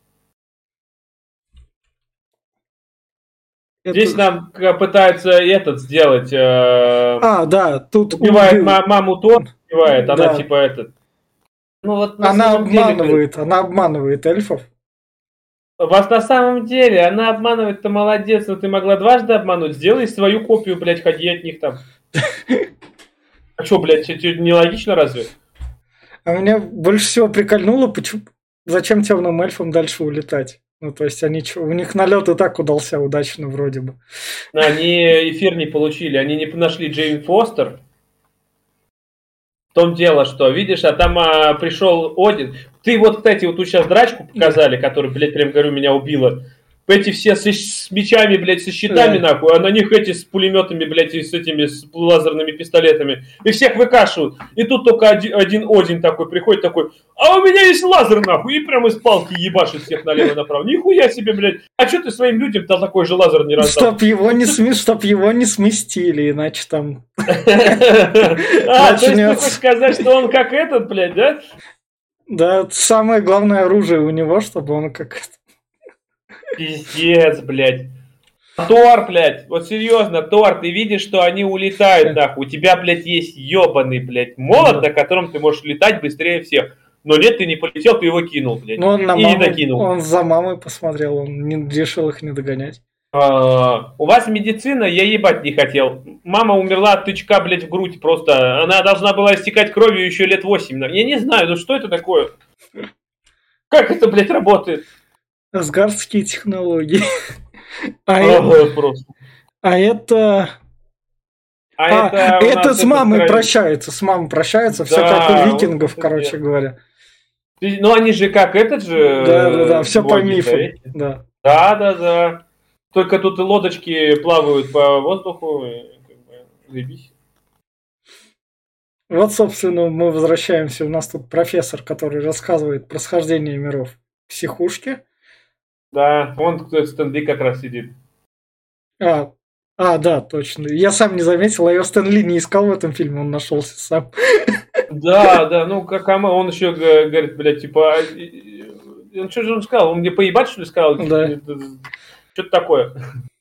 Speaker 2: Здесь
Speaker 1: Это-
Speaker 2: нам к- пытаются этот сделать. э,
Speaker 1: А, да, тут
Speaker 2: убивает
Speaker 1: убил.
Speaker 2: ма- маму Тор, убивает, она
Speaker 1: Да.
Speaker 2: типа этот. Ну вот на
Speaker 1: Она
Speaker 2: самом деле,
Speaker 1: обманывает, она обманывает эльфов.
Speaker 2: блядь, вас на самом деле, она обманывает, ты молодец, но ты могла дважды обмануть. Сделай свою копию, блядь, ходи от них там. А что, блядь, это нелогично разве?
Speaker 1: А меня больше всего прикольнуло, почему, зачем темным эльфам дальше улетать. Ну, то есть они чё, у них налет и так удался удачно вроде бы.
Speaker 2: Они эфир не получили, они не нашли Джейн Фостер. В том дело, что, видишь, а там а, пришел Один. Ты вот, кстати, вот тут сейчас драчку показали, которая, блядь, прям, говорю, меня убила. Эти все с, с мечами, блядь, со щитами,
Speaker 1: Да.
Speaker 2: нахуй, а на них эти с пулеметами, блядь, и с этими с лазерными пистолетами. И всех выкашивают. И тут только один, один Один такой приходит, такой, а у меня есть лазер, нахуй, и прям из палки ебашит всех налево-направо. Нихуя себе, блядь. А что ты своим людям-то такой же лазер не раздал?
Speaker 1: Чтоб его не, сме... Чтоб его не сместили, иначе там...
Speaker 2: А, то есть ты
Speaker 1: Начнется.
Speaker 2: хочешь сказать, что он как этот, блядь, да?
Speaker 1: Да, самое главное оружие у него, чтобы он как...
Speaker 2: Пиздец, блядь. Тор, блядь, вот серьезно, Тор, ты видишь, что они улетают, нахуй. У тебя, блядь, есть ебаный, блядь, молот, на котором ты можешь летать быстрее всех. Но нет, ты не полетел, ты его кинул, блядь.
Speaker 1: Ну, он на
Speaker 2: И не
Speaker 1: маму,
Speaker 2: докинул.
Speaker 1: он за мамой посмотрел, он не решил их не догонять.
Speaker 2: А, у вас медицина, я ебать не хотел. Мама умерла от тычка, блядь, в грудь просто. Она должна была истекать кровью еще лет восемь. Я не знаю, ну что это такое? Как это, блядь, работает?
Speaker 1: Асгардские технологии. А,
Speaker 2: Ага,
Speaker 1: это,
Speaker 2: просто.
Speaker 1: а это...
Speaker 2: А,
Speaker 1: А,
Speaker 2: это, у
Speaker 1: это
Speaker 2: нас
Speaker 1: с
Speaker 2: этот
Speaker 1: мамой
Speaker 2: край-
Speaker 1: прощается, с мамой прощается, все
Speaker 2: Да,
Speaker 1: как у
Speaker 2: вот
Speaker 1: викингов,
Speaker 2: это
Speaker 1: короче
Speaker 2: верно.
Speaker 1: говоря.
Speaker 2: Ты- Ну, они же как этот же...
Speaker 1: Да, да, да, все по
Speaker 2: боги,
Speaker 1: мифу.
Speaker 2: да?
Speaker 1: Да.
Speaker 2: Да, да, да. Только тут и лодочки плавают по воздуху. И, как бы, заебись.
Speaker 1: Вот, собственно, мы возвращаемся. У нас тут профессор, который рассказывает про схождение миров в психушке.
Speaker 2: Да, вон кто Стэн Ли как раз сидит.
Speaker 1: А, а, да, точно. Я сам не заметил, а я Стэн Ли не искал в этом фильме, он нашелся сам.
Speaker 2: Да, да, ну как а он еще г- говорит, блядь, типа, а, и- и- Он что же он сказал? Он мне поебать, что ли, сказал?
Speaker 1: Да.
Speaker 2: Что-то такое.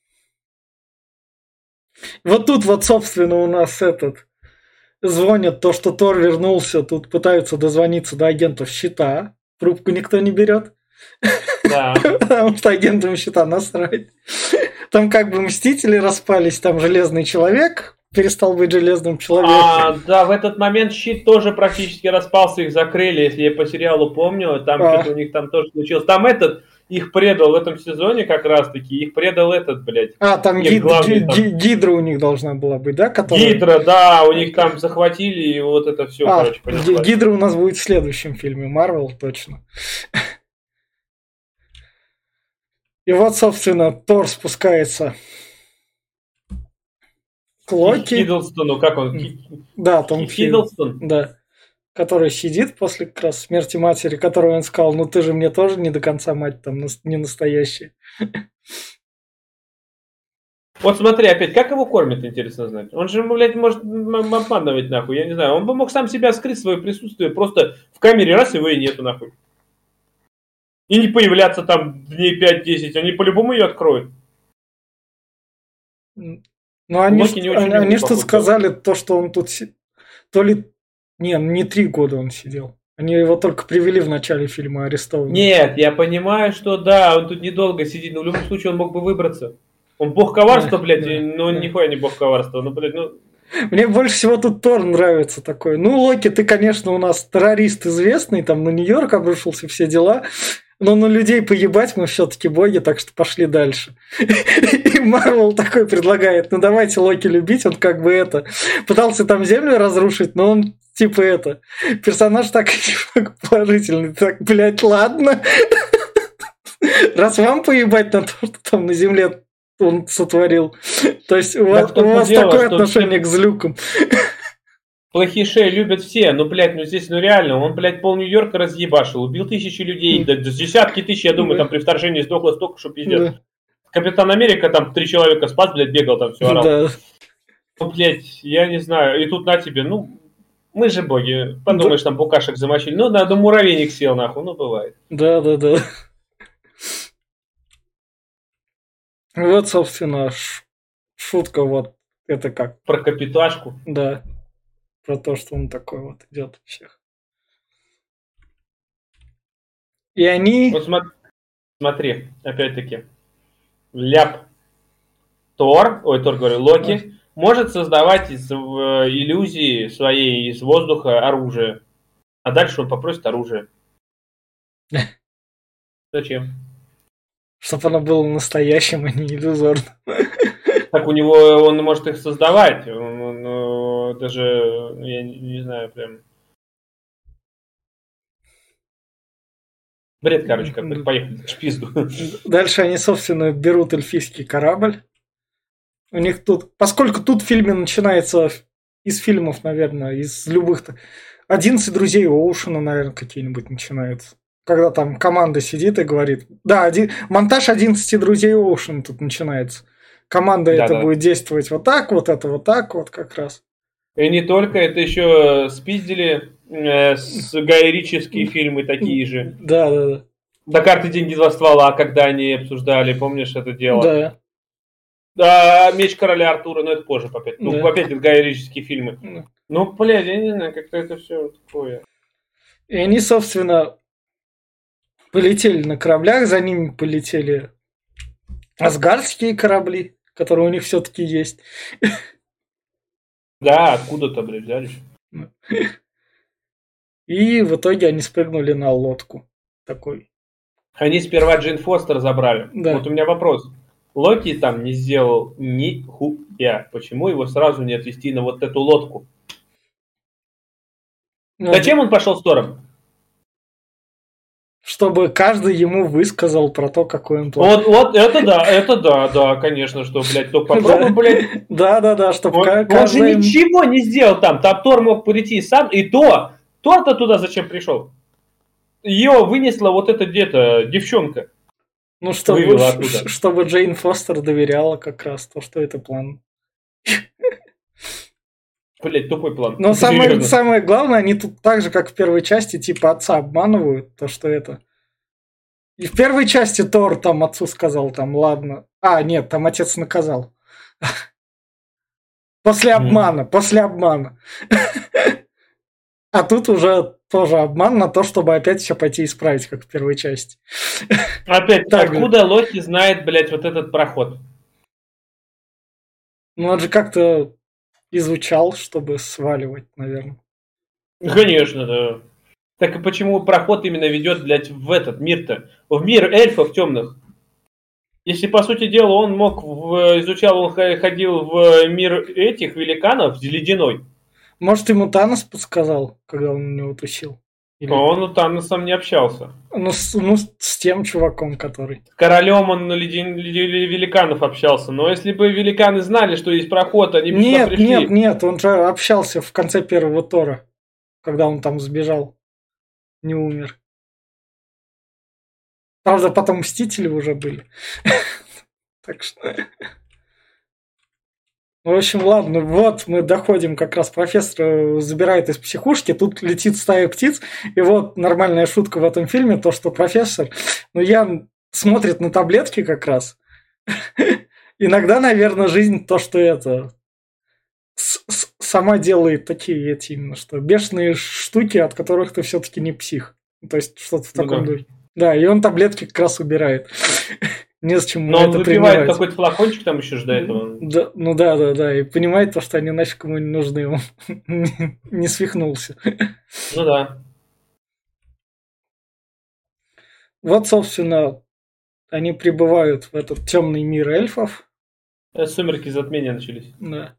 Speaker 1: Вот тут вот, собственно, у нас этот... Звонят то, что Тор вернулся, тут пытаются дозвониться до агентов Щита. Трубку никто не берет.
Speaker 2: Да.
Speaker 1: Потому что агентам Щита насрать. Там как бы Мстители распались, там Железный Человек перестал быть Железным Человеком.
Speaker 2: А, да, в этот момент Щит тоже практически распался, их закрыли, если я по сериалу помню. Там а. что-то у них там тоже случилось. Там этот... Их предал в этом сезоне как раз-таки, их предал этот, блядь.
Speaker 1: А, там, гид, главный, ги, там... Гидра у них должна была быть, да?
Speaker 2: Которая... Гидра, да, у них там захватили, и вот это все, а, короче, понеслась.
Speaker 1: Гидра у нас будет в следующем фильме, Марвел, точно. И вот, собственно, Тор спускается к Локи.
Speaker 2: Хиддлстону, как он?
Speaker 1: Да, Том
Speaker 2: Хиддлстон.
Speaker 1: Да. Который сидит после как раз смерти матери, которую он сказал, ну ты же мне тоже не до конца мать там не настоящая.
Speaker 2: Вот смотри, опять, как его кормят, интересно знать. Он же, блядь, может обманывать, нахуй, я не знаю. Он бы мог сам себя скрыть, свое присутствие, просто в камере раз его и нету, нахуй. И не появляться там дней пять-десять, они по-любому ее откроют.
Speaker 1: Ну, они, ж, они, они что сказали, то, что он тут... То ли... Не, не три года он сидел. Они его только привели в начале фильма арестованным.
Speaker 2: Нет, я понимаю, что да, он тут недолго сидит, но в любом случае он мог бы выбраться. Он бог коварства, да, блядь, да, но он да. нихуя не бог коварства. Ну, блядь, ну...
Speaker 1: Мне больше всего тут Тор нравится такой. Ну, Локи, ты, конечно, у нас террорист известный, там на Нью-Йорк обрушился, все дела. Но на людей поебать мы все-таки боги, так что пошли дальше. И Марвел такой предлагает, ну давайте Локи любить, он как бы это... Пытался там землю разрушить, но он типа это... Персонаж так положительный, так, блядь, ладно. Раз вам поебать на то, что там на земле он сотворил. То есть у вас, у вас дело, такое отношение к злюкам.
Speaker 2: Плохишей любят все, ну, блядь, ну здесь, ну реально, он, блядь, пол Нью-Йорка разъебашил, убил тысячи людей, да, десятки тысяч, я думаю, там при вторжении сдохло столько, что пиздец. Капитан Америка там три человека спас, блядь, бегал там, все орал. Да. Ну, блядь, я не знаю, и тут на тебе, ну, мы же боги, подумаешь, там букашек замочили, ну, надо, муравейник сел, нахуй, ну, бывает.
Speaker 1: Да, да, да. Вот, собственно, шутка вот, это как.
Speaker 2: Про капиташку.
Speaker 1: Да. Про то, что он такой вот идет у всех. И они...
Speaker 2: Вот смотри, опять-таки, ляп Тор, ой, Тор, говорю, Локи, да. может создавать из иллюзии своей, из воздуха оружие. А дальше он попросит оружие. Зачем?
Speaker 1: Чтобы оно было настоящим, а не иллюзорным.
Speaker 2: Так у него, он может их создавать. Он, он, даже, я не, не знаю, прям... Бред, короче, как поехали в шпизду.
Speaker 1: Дальше они, собственно, берут эльфийский корабль. У них тут... Поскольку тут в фильме начинается из фильмов, наверное, из любых... одиннадцать друзей Оушена, наверное, какие-нибудь начинаются. Когда там команда сидит и говорит... Да, один... монтаж одиннадцати друзей Оушена тут начинается. Команда да, это да. будет действовать вот так, вот это вот так, вот как раз.
Speaker 2: И не только, это еще спиздили э, с гайрические фильмы такие же.
Speaker 1: Да, да, да.
Speaker 2: До карты «Деньги, два ствола», когда они обсуждали, помнишь это дело?
Speaker 1: Да.
Speaker 2: Да, «Меч короля Артура», но это позже опять. Ну,
Speaker 1: да.
Speaker 2: опять это гайрические фильмы. Да. Ну, блядь, я не знаю, как-то это все такое.
Speaker 1: И они, собственно, полетели на кораблях, за ними полетели асгардские корабли, которые у них все-таки есть.
Speaker 2: Да, откуда-то, блядь, взялись.
Speaker 1: И в итоге они спрыгнули на лодку. Такой.
Speaker 2: Они сперва Джейн Фостер забрали. Да. Вот у меня вопрос. Локи там не сделал ни хуя. Почему его сразу не отвезти на вот эту лодку? Ну, зачем он пошел с Тором?
Speaker 1: Чтобы каждый ему высказал про то, какой он
Speaker 2: план. Вот, вот это да, это да, да, конечно, что, блядь, только попробуй, блядь.
Speaker 1: Да, да, да, чтобы
Speaker 2: он, каждый... Он же ничего не сделал там, там Тор мог прийти сам, и то, Тор-то туда зачем пришел? Ее вынесла вот эта где-то девчонка.
Speaker 1: Ну, чтобы, чтобы Джейн Фостер доверяла как раз то, что это план.
Speaker 2: Блять, тупой план.
Speaker 1: Но самое, самое главное, они тут так же, как в первой части, типа отца обманывают, то, что это... И в первой части Тор там отцу сказал, там, ладно. А, нет, там отец наказал. После обмана, после обмана. А тут уже тоже обман на то, чтобы опять все пойти исправить, как в первой части.
Speaker 2: Опять, так, откуда Локи знает, блядь, вот этот проход?
Speaker 1: Ну, он же как-то изучал, чтобы сваливать, наверное.
Speaker 2: Конечно, да. Так и почему проход именно ведет, блядь, в этот мир-то? В мир эльфов темных. Если, по сути дела, он мог, в, изучал, он ходил в мир этих великанов ледяной.
Speaker 1: Может, ему Танос подсказал, когда он у него тусил?
Speaker 2: Или... А он у Таносом не общался.
Speaker 1: Ну с, ну, с тем чуваком, который...
Speaker 2: С королем он на ледин... великанов общался. Но если бы великаны знали, что есть проход, они бы
Speaker 1: нет,
Speaker 2: пришли.
Speaker 1: Нет, нет, он же общался в конце первого Тора, когда он там сбежал. Не умер. Правда, потом Мстители уже были. Так что... В общем, ладно, вот мы доходим, как раз профессор забирает из психушки, тут летит стая птиц, и вот нормальная шутка в этом фильме, то, что профессор, ну, Ян смотрит на таблетки как раз. Иногда, наверное, жизнь то, что это... сама делает такие эти именно, что бешеные штуки, от которых ты все-таки не псих. То есть что-то в таком духе. Да, и он таблетки как раз убирает. Незачем
Speaker 2: Но он выпивает какой-то флакончик там еще же до этого.
Speaker 1: Да, ну да, да, да. И понимает то, что они нафиг ему не нужны. Он не свихнулся.
Speaker 2: Ну да.
Speaker 1: Вот, собственно, они прибывают в этот темный мир эльфов.
Speaker 2: Сумерки затмения начались.
Speaker 1: Да.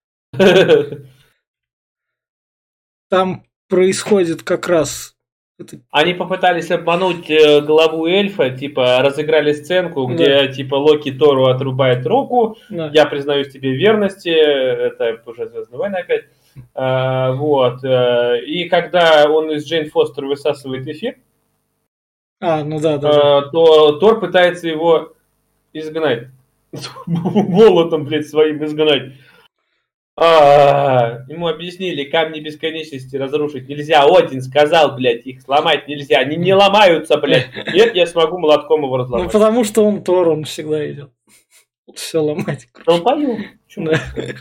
Speaker 1: Там происходит как раз...
Speaker 2: Они попытались обмануть главу эльфа, типа разыграли сценку, где да. типа Локи Тору отрубает руку, да. я признаюсь тебе в верности, это уже «Звездные войны» опять, а, вот, и когда он из Джейн Фостер высасывает эфир,
Speaker 1: а, ну да, да,
Speaker 2: а, то Тор пытается его изгнать, молотом, блядь, своим изгнать. А, ему объяснили, камни бесконечности разрушить нельзя. Один сказал, блядь, их сломать нельзя. Они не ломаются, блядь. Нет, я смогу молотком его разломать.
Speaker 1: Ну, потому что он Тор, он всегда идет. Все ломать.
Speaker 2: Толпою. Да.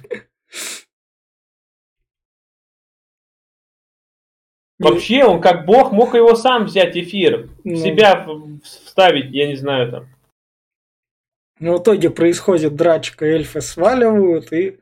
Speaker 2: Вообще, он как бог мог его сам взять эфир. Ну, себя вставить, я не знаю там.
Speaker 1: Ну, в итоге происходит драчка, эльфы сваливают и...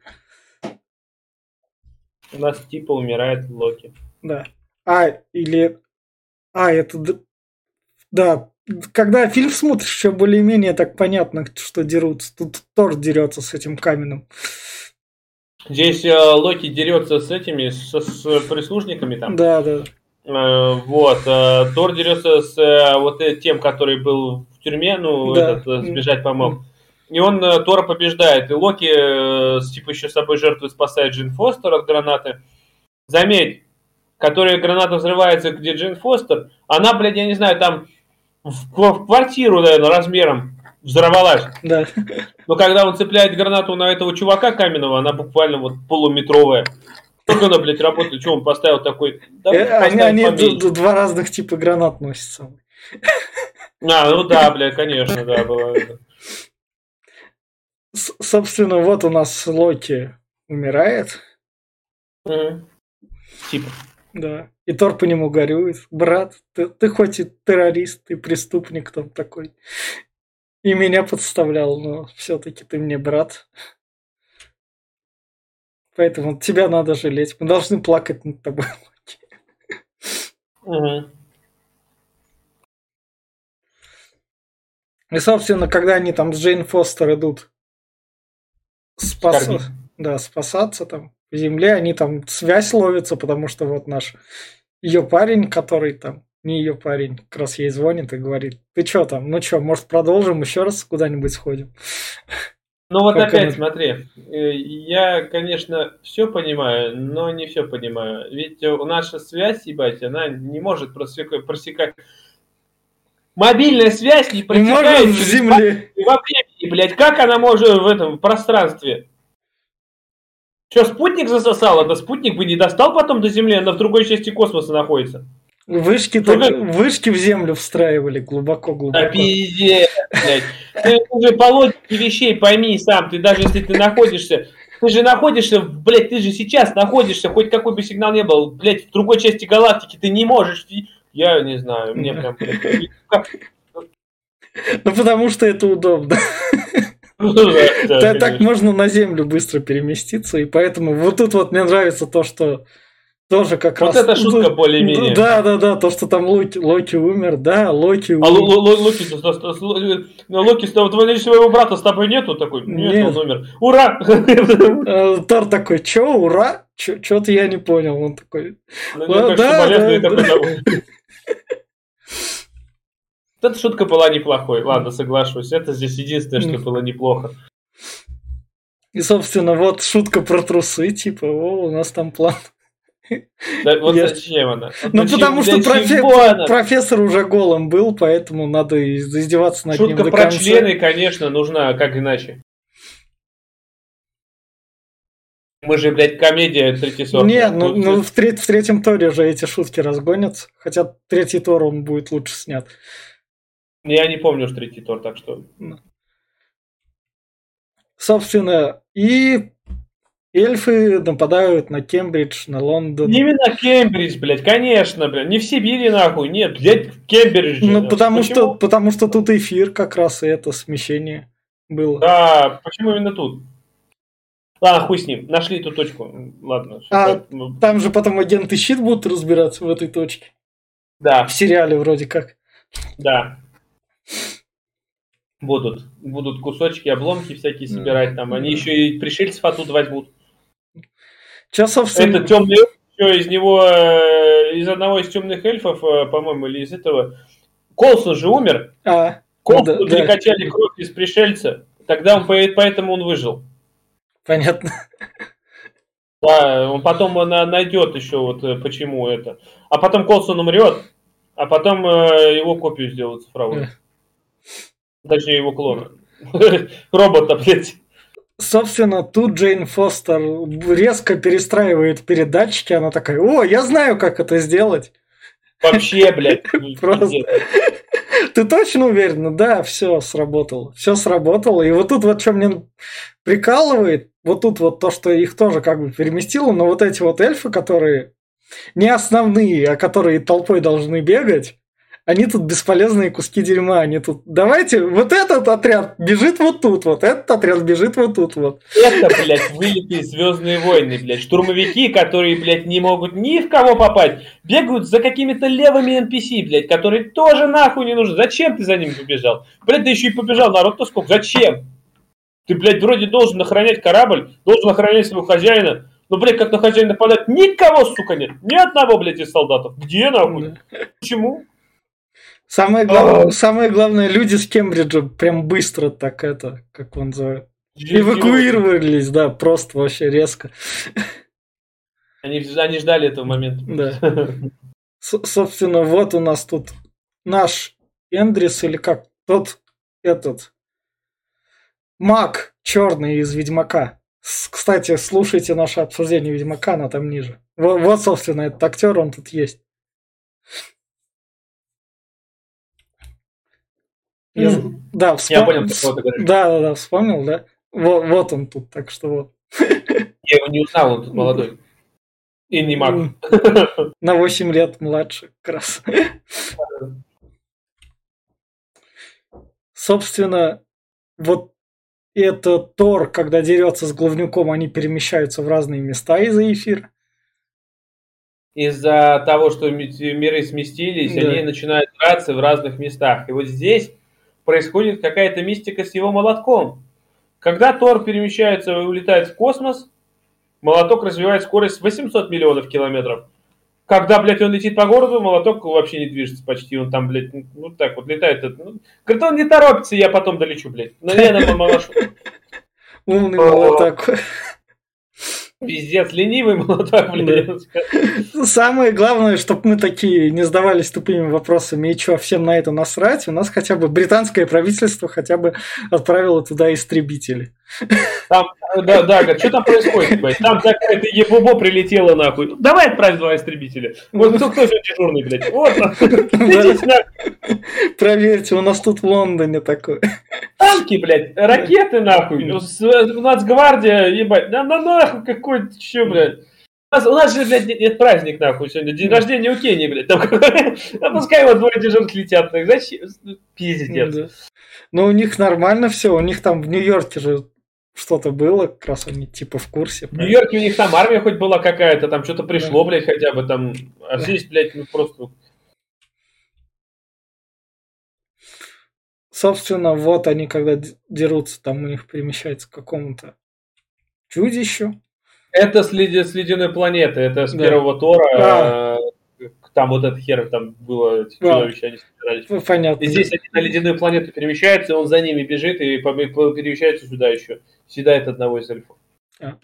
Speaker 2: У нас типа умирает Локи.
Speaker 1: Да. А, или... А, это... Да. Когда фильм смотришь, еще более-менее так понятно, что дерутся. Тут Тор дерется с этим каменным.
Speaker 2: Здесь э, Локи дерется с этими, с, с прислужниками там.
Speaker 1: Да, да.
Speaker 2: Э, вот. Э, Тор дерется с э, вот тем, который был в тюрьме, ну, да. этот, сбежать помог. И он э, Тора побеждает. И Локи, э, типа, еще с собой жертву спасает Джейн Фостер от гранаты. Заметь, которая граната взрывается, где Джейн Фостер, она, блядь, я не знаю, там в, в квартиру, наверное, размером взорвалась.
Speaker 1: Да.
Speaker 2: Но когда он цепляет гранату на этого чувака каменного, она буквально вот полуметровая. Как она, блядь, работает? Что он поставил такой...
Speaker 1: Да, они они д- два разных типа гранат носят.
Speaker 2: А, ну да, блядь, конечно, да, было это.
Speaker 1: Собственно, вот у нас Локи умирает.
Speaker 2: Mm-hmm. Типа.
Speaker 1: Да. И Тор по нему горюет. Брат, ты, ты хоть и террорист, ты преступник там такой. И меня подставлял, но все-таки ты мне брат. Поэтому тебя надо жалеть. Мы должны плакать над тобой, Локи.
Speaker 2: Mm-hmm.
Speaker 1: И, собственно, когда они там с Джейн Фостер идут спасаться, да, спасаться там по земле, они там связь ловятся, потому что вот наш ее парень, который там, не ее парень, как раз ей звонит и говорит, ты что там, ну что, может продолжим еще раз куда-нибудь сходим?
Speaker 2: Ну вот как опять она... смотри, я, конечно, все понимаю, но не все понимаю. Ведь наша связь, ебать, она не может просекать, просекать. Мобильная связь не протекает
Speaker 1: в земле.
Speaker 2: Во времени, блядь, как она может в этом в пространстве? Что, спутник засосал? Это спутник бы не достал потом до Земли, она в другой части космоса находится.
Speaker 1: Вышки, так, вышки в землю встраивали глубоко-глубоко.
Speaker 2: Да пиздец, блядь. Ты уже по логике вещей пойми сам, ты даже если ты находишься, ты же находишься, блядь, ты же сейчас находишься, хоть какой бы сигнал не был, блядь, в другой части галактики, ты не можешь, я не знаю, мне прям, блядь,
Speaker 1: ну потому что это удобно. Так можно на землю быстро переместиться, и поэтому вот тут вот мне нравится то, что тоже как
Speaker 2: вот
Speaker 1: раз...
Speaker 2: Вот эта шутка более-менее.
Speaker 1: Да, да, да, то, что там Локи, Локи умер, да, Локи умер.
Speaker 2: А Локи, Локи, твоего своего брата с тобой нету? Такой, нет, нет. Он умер. Ура!
Speaker 1: Тор такой, чё, ура? Чё-то я не понял. Он такой...
Speaker 2: Ну, да, да, да, да. Эта шутка была неплохой. Ладно, соглашусь. Это здесь единственное, что было неплохо.
Speaker 1: И, собственно, вот шутка про трусы, типа, о, у нас там план.
Speaker 2: Да, вот я... зачем она?
Speaker 1: Ну, зачем, потому что профе... профессор уже голым был, поэтому надо издеваться над
Speaker 2: шутка
Speaker 1: ним до
Speaker 2: про
Speaker 1: конца.
Speaker 2: Члены, конечно, нужна, как иначе. Мы же, блядь, комедия третий сорт.
Speaker 1: Нет, ну, Тут... ну в, треть, в третьем Торе же эти шутки разгонятся. Хотя третий Тор, он будет лучше снят.
Speaker 2: Я не помню, что третий Тор, так что...
Speaker 1: Собственно, и... эльфы нападают на Кембридж, на Лондон.
Speaker 2: Именно Кембридж, блядь, конечно, блядь. Не в Сибири, нахуй, нет, блядь, в Кембридже.
Speaker 1: Ну, потому что, потому что тут эфир как раз и это смещение было.
Speaker 2: Да, почему именно тут? Ладно, хуй с ним, нашли эту точку. Ладно.
Speaker 1: А там же потом агенты щит будут разбираться в этой точке.
Speaker 2: Да.
Speaker 1: В сериале вроде как.
Speaker 2: Да. Будут. Будут кусочки, обломки всякие собирать там. Они еще и пришельцев оттуда возьмут.
Speaker 1: Че, собственно...
Speaker 2: Это темный эльф, еще из него, из одного из темных эльфов, по-моему, или из этого. Колсон же умер.
Speaker 1: А,
Speaker 2: Колсону ну, да, перекачали да. кровь из пришельца. Тогда он, поэтому он выжил.
Speaker 1: Понятно.
Speaker 2: Да, он потом найдет еще вот почему это. А потом Колсон умрет, а потом его копию сделают цифровую. Точнее, его клона. Робота, блядь.
Speaker 1: Собственно, тут Джейн Фостер резко перестраивает передатчики. Она такая, о, я знаю, как это сделать.
Speaker 2: Вообще, блядь.
Speaker 1: Просто. Ты точно уверена? Да, все сработало. Все сработало. И вот тут вот что мне прикалывает, вот тут вот то, что их тоже как бы переместило, но вот эти вот эльфы, которые не основные, а которые толпой должны бегать, они тут бесполезные куски дерьма. Они тут, давайте, вот этот отряд бежит вот тут, вот этот отряд бежит вот тут вот.
Speaker 2: Это, блядь, вылитые Звездные войны, блядь. Штурмовики, которые, блядь, не могут ни в кого попасть, бегают за какими-то левыми эн пи си, блядь, которые тоже нахуй не нужны. Зачем ты за ними побежал? Блядь, да еще и побежал, народ-то сколько? Зачем? Ты, блядь, вроде должен охранять корабль, должен охранять своего хозяина. Но, блядь, как на хозяина нападать, никого, сука, нет. Ни одного, блядь, из солдатов. Где, нахуй? Почему?
Speaker 1: Самое главное, самое главное, люди с Кембриджа прям быстро так это, как он называет, эвакуировались, да, просто вообще резко.
Speaker 2: Они, они ждали этого момента.
Speaker 1: Да. С- собственно, вот у нас тут наш Эндрис, или как, тот этот маг черный из Ведьмака. С- кстати, слушайте наше обсуждение Ведьмака, она там ниже. Вот, вот, собственно, этот актер, он тут есть. Я, да, вспом...
Speaker 2: Я понял, что ты говоришь.
Speaker 1: Да, да, да, вспомнил, да. Вот, вот он тут, так что вот.
Speaker 2: Я его не узнал, он тут молодой. И не маг.
Speaker 1: На восемь лет младше, как раз. Собственно, вот это Тор, когда дерется с Главнюком, они перемещаются в разные места из-за эфира.
Speaker 2: Из-за того, что миры сместились, да. Они начинают драться в разных местах. И вот здесь происходит какая-то мистика с его молотком. Когда Тор перемещается и улетает в космос, молоток развивает скорость восемьсот миллионов километров. Когда, блядь, он летит по городу, молоток вообще не движется почти. Он там, блядь, ну так вот летает. Ну, говорит, он не торопится, я потом долечу, блядь. Но я на малошу.
Speaker 1: Умный молоток.
Speaker 2: Пиздец, ленивый молоток, блин.
Speaker 1: Самое главное, чтобы мы такие не задавались тупыми вопросами, и что, всем на это насрать, у нас хотя бы британское правительство хотя бы отправило туда истребители.
Speaker 2: Там, да, да, что там происходит, блядь? Там какая-то ебубо прилетела, нахуй. Давай отправь два истребителя. Вот кто, кто же дежурный, блядь? Вот,
Speaker 1: проверьте, у нас тут в Лондоне такое.
Speaker 2: Танки, блядь, ракеты, нахуй. У нас гвардия, ебать. Да нахуй какой-то, что, блядь. У нас, у нас же, блядь, нет, нет праздник, нахуй, сегодня. День рождения у Кении, блядь. Там, а пускай вот двое дежурных летят. Так, зачем? Пиздец.
Speaker 1: Да. Но у них нормально все. У них там в Нью-Йорке же что-то было, как раз они типа в курсе.
Speaker 2: В Нью-Йорке у них там армия хоть была какая-то, там что-то пришло, да. Блядь, хотя бы там. А здесь, блядь, ну просто...
Speaker 1: Собственно, вот они, когда дерутся, там у них перемещается к какому-то чудищу.
Speaker 2: Это с, леди, с ледяной планеты, это с да. первого Тора. А. Там вот этот хер, там было чудовище, они собирались.
Speaker 1: Понятно.
Speaker 2: И здесь они на ледяную планету перемещаются, и он за ними бежит и перемещается сюда еще. Съедает одного из эльфов.
Speaker 1: А.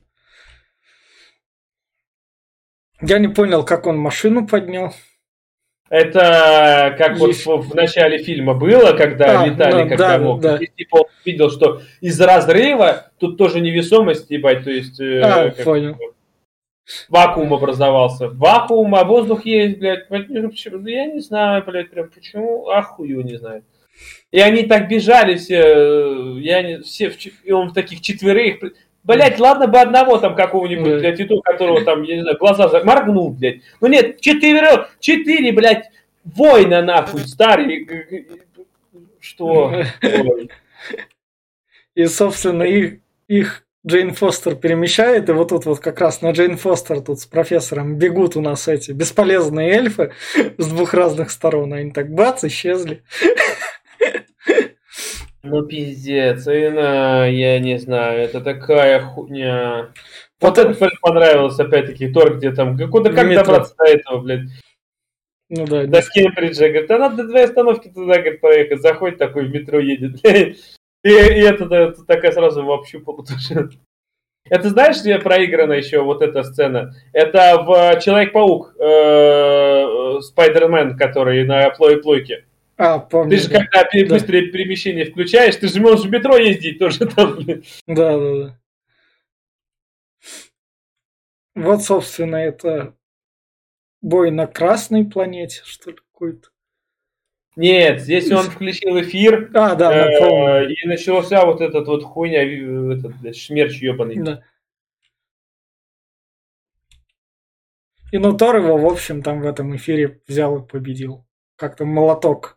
Speaker 1: Я не понял, как он машину поднял.
Speaker 2: Это как Есть. вот в начале фильма было, когда а, летали, да, когда да, мог. Да. И, типа он видел, что из-за разрыва тут тоже невесомость, ебать, то есть...
Speaker 1: А, как, понял.
Speaker 2: Вакуум образовался. Вакуум, а воздух есть, блядь. Я не знаю, блядь, прям почему. Ахую, не знаю. И они так бежали все. Я не, все в, и он в таких четверых. Блядь, ладно бы одного там какого-нибудь, блядь, и ту, которого там, я не знаю, глаза моргнул, блядь. Ну нет, четыре, четыре, блядь, воина нахуй, старые. Что?
Speaker 1: И, собственно, их, их Джейн Фостер перемещает, и вот тут вот как раз на Джейн Фостер тут с профессором бегут у нас эти бесполезные эльфы с двух разных сторон. Они так бац, исчезли.
Speaker 2: Ну, пиздец, Ина, я не знаю, это такая хуйня. Вот это понравилось, опять-таки, Тор, где там, куда, как метро. Добраться до этого, блядь?
Speaker 1: Ну да.
Speaker 2: До Скембриджа, говорит, а надо две остановки туда, говорит, проехать, заходит такой, в метро едет, и, и это, это такая сразу вообще полутушка. Это знаешь, где проиграна еще вот эта сцена? Это в Человек-паук, э, Спайдермен, который на плой-плойке.
Speaker 1: А, помню.
Speaker 2: Ты же, да. Когда да. быстрое перемещение включаешь, ты же можешь в метро ездить тоже там.
Speaker 1: Да, да, да. Вот, собственно, это бой на Красной планете, что ли, какой-то.
Speaker 2: Нет, здесь он включил эфир,
Speaker 1: а, да,
Speaker 2: э, и начался вот этот вот хуйня, этот, блядь, шмерч ебаный.
Speaker 1: Да. И ну Тор его, в общем, там в этом эфире взял и победил. Как-то молоток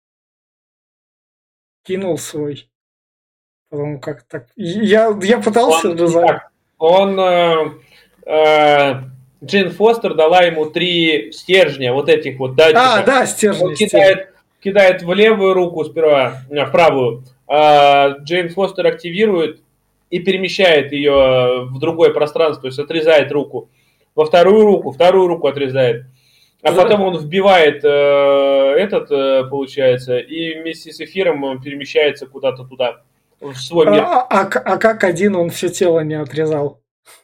Speaker 1: кинул свой. Потом как так... Я, я пытался...
Speaker 2: Он, так, он э, э, Джейн Фостер дала ему три стержня, вот этих вот датчиков.
Speaker 1: А, да, стержни.
Speaker 2: Он кидает, кидает в левую руку сперва, в правую. А Джейн Фостер активирует и перемещает ее в другое пространство, то есть отрезает руку. Во вторую руку, вторую руку отрезает. А потом он вбивает э, этот, э, получается, и вместе с эфиром он перемещается куда-то туда, в свой мир.
Speaker 1: А, а, а как один он все тело не отрезал?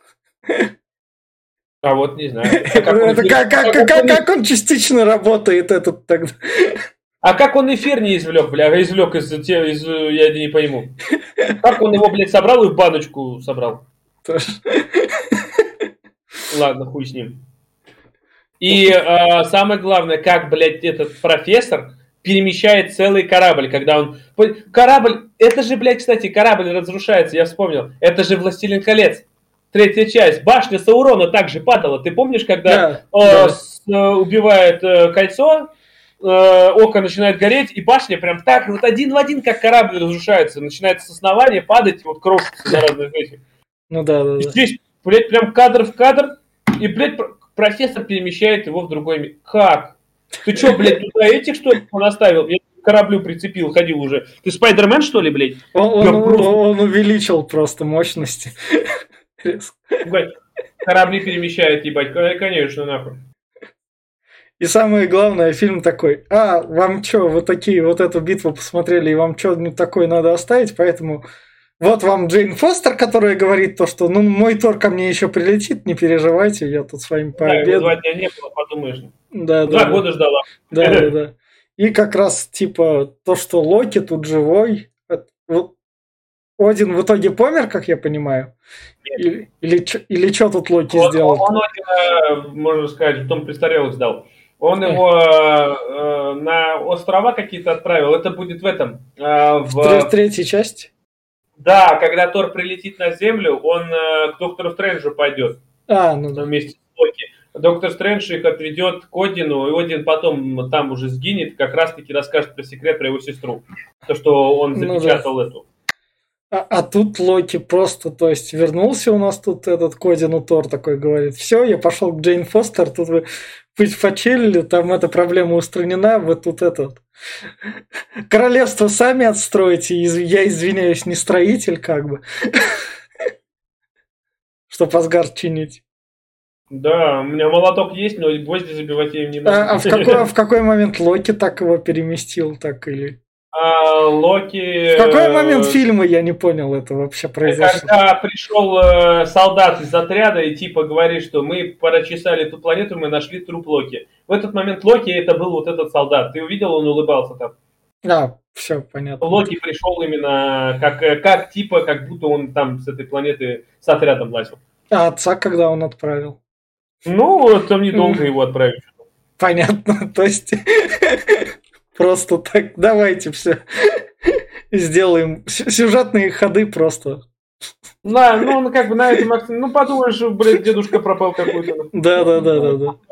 Speaker 2: А вот не знаю.
Speaker 1: А как, он эфир... как, как, как, как, как он частично работает этот тогда?
Speaker 2: А как он эфир не извлек, бля, а извлек из, из, я не пойму. Как он его, блядь, собрал и в баночку собрал? Ладно, хуй с ним. И э, самое главное, как, блядь, этот профессор перемещает целый корабль, когда он... Корабль, это же, блядь, кстати, корабль разрушается, я вспомнил. Это же «Властелин колец». Третья часть. Башня Саурона также падала. Ты помнишь, когда
Speaker 1: да,
Speaker 2: э,
Speaker 1: да.
Speaker 2: С, э, убивает э, кольцо, э, око начинает гореть, и башня прям так, вот один в один, как корабль разрушается. Начинается с основания падать, вот крошится за разных этих.
Speaker 1: Ну да, да,
Speaker 2: и
Speaker 1: да.
Speaker 2: Здесь, блядь, прям кадр в кадр, и, блядь, профессор перемещает его в другой мир. Как? Ты что, блядь, туда этих, что ли, наставил? Я к кораблю прицепил, ходил уже. Ты Спайдермен, что ли, блядь?
Speaker 1: Он, он, просто... он увеличил просто мощности.
Speaker 2: Корабли перемещает, ебать, конечно, нахуй.
Speaker 1: И самое главное, фильм такой: а, вам что, вы такие вот эту битву посмотрели, и вам что-нибудь такое надо оставить, поэтому Вот вам Джейн Фостер, которая говорит то, что ну мой Тор ко мне еще прилетит, не переживайте, я тут с вами пообедаю.
Speaker 2: Да, два дня не было, подумаешь.
Speaker 1: Да,
Speaker 2: Два
Speaker 1: да,
Speaker 2: года
Speaker 1: да.
Speaker 2: ждала.
Speaker 1: Да, да, да. И как раз типа то, что Локи тут живой. Вот Один в итоге помер, как я понимаю? Или, или, или что тут Локи
Speaker 2: он,
Speaker 1: сделал?
Speaker 2: Он, он, можно сказать, в том престарелых сдал. Он его э, на острова какие-то отправил. Это будет в этом. Э, в,
Speaker 1: в третьей части?
Speaker 2: Да, когда Тор прилетит на Землю, он э, к Доктору Стрэнджу пойдет.
Speaker 1: А, ну да.
Speaker 2: Вместе с Локи. Доктор Стрэндж их отведет к Одину, и Один потом там уже сгинет, как раз-таки расскажет про секрет про его сестру. То, что он запечатал ну, да. эту.
Speaker 1: А, а тут Локи просто, то есть, вернулся у нас тут этот к Одину Тор такой говорит, все, я пошел к Джейн Фостер, тут вы путь почелили, там эта проблема устранена, вы тут этот королевство сами отстроите, я извиняюсь, не строитель как бы, чтоб Асгард чинить.
Speaker 2: Да, у меня молоток есть, но гвозди забивать я им не надо.
Speaker 1: А, а в, какой, в какой момент Локи так его переместил, так или...
Speaker 2: А, Локи...
Speaker 1: В какой момент фильма, я не понял, это вообще произошло?
Speaker 2: Когда пришел э, солдат из отряда и типа говорит, что мы прочесали эту планету, мы нашли труп Локи. В этот момент Локи это был вот этот солдат. Ты увидел, он улыбался там.
Speaker 1: Да, все понятно.
Speaker 2: Локи пришел именно как, как типа, как будто он там с этой планеты с отрядом лазил.
Speaker 1: А отца когда он отправил?
Speaker 2: Ну, там недолго его отправить.
Speaker 1: Понятно, то есть просто так, давайте все сделаем сюжетные ходы просто.
Speaker 2: Да, ну как бы на этом, ну подумаешь, блядь, дедушка пропал какой-то.
Speaker 1: Да, да, да, да, да.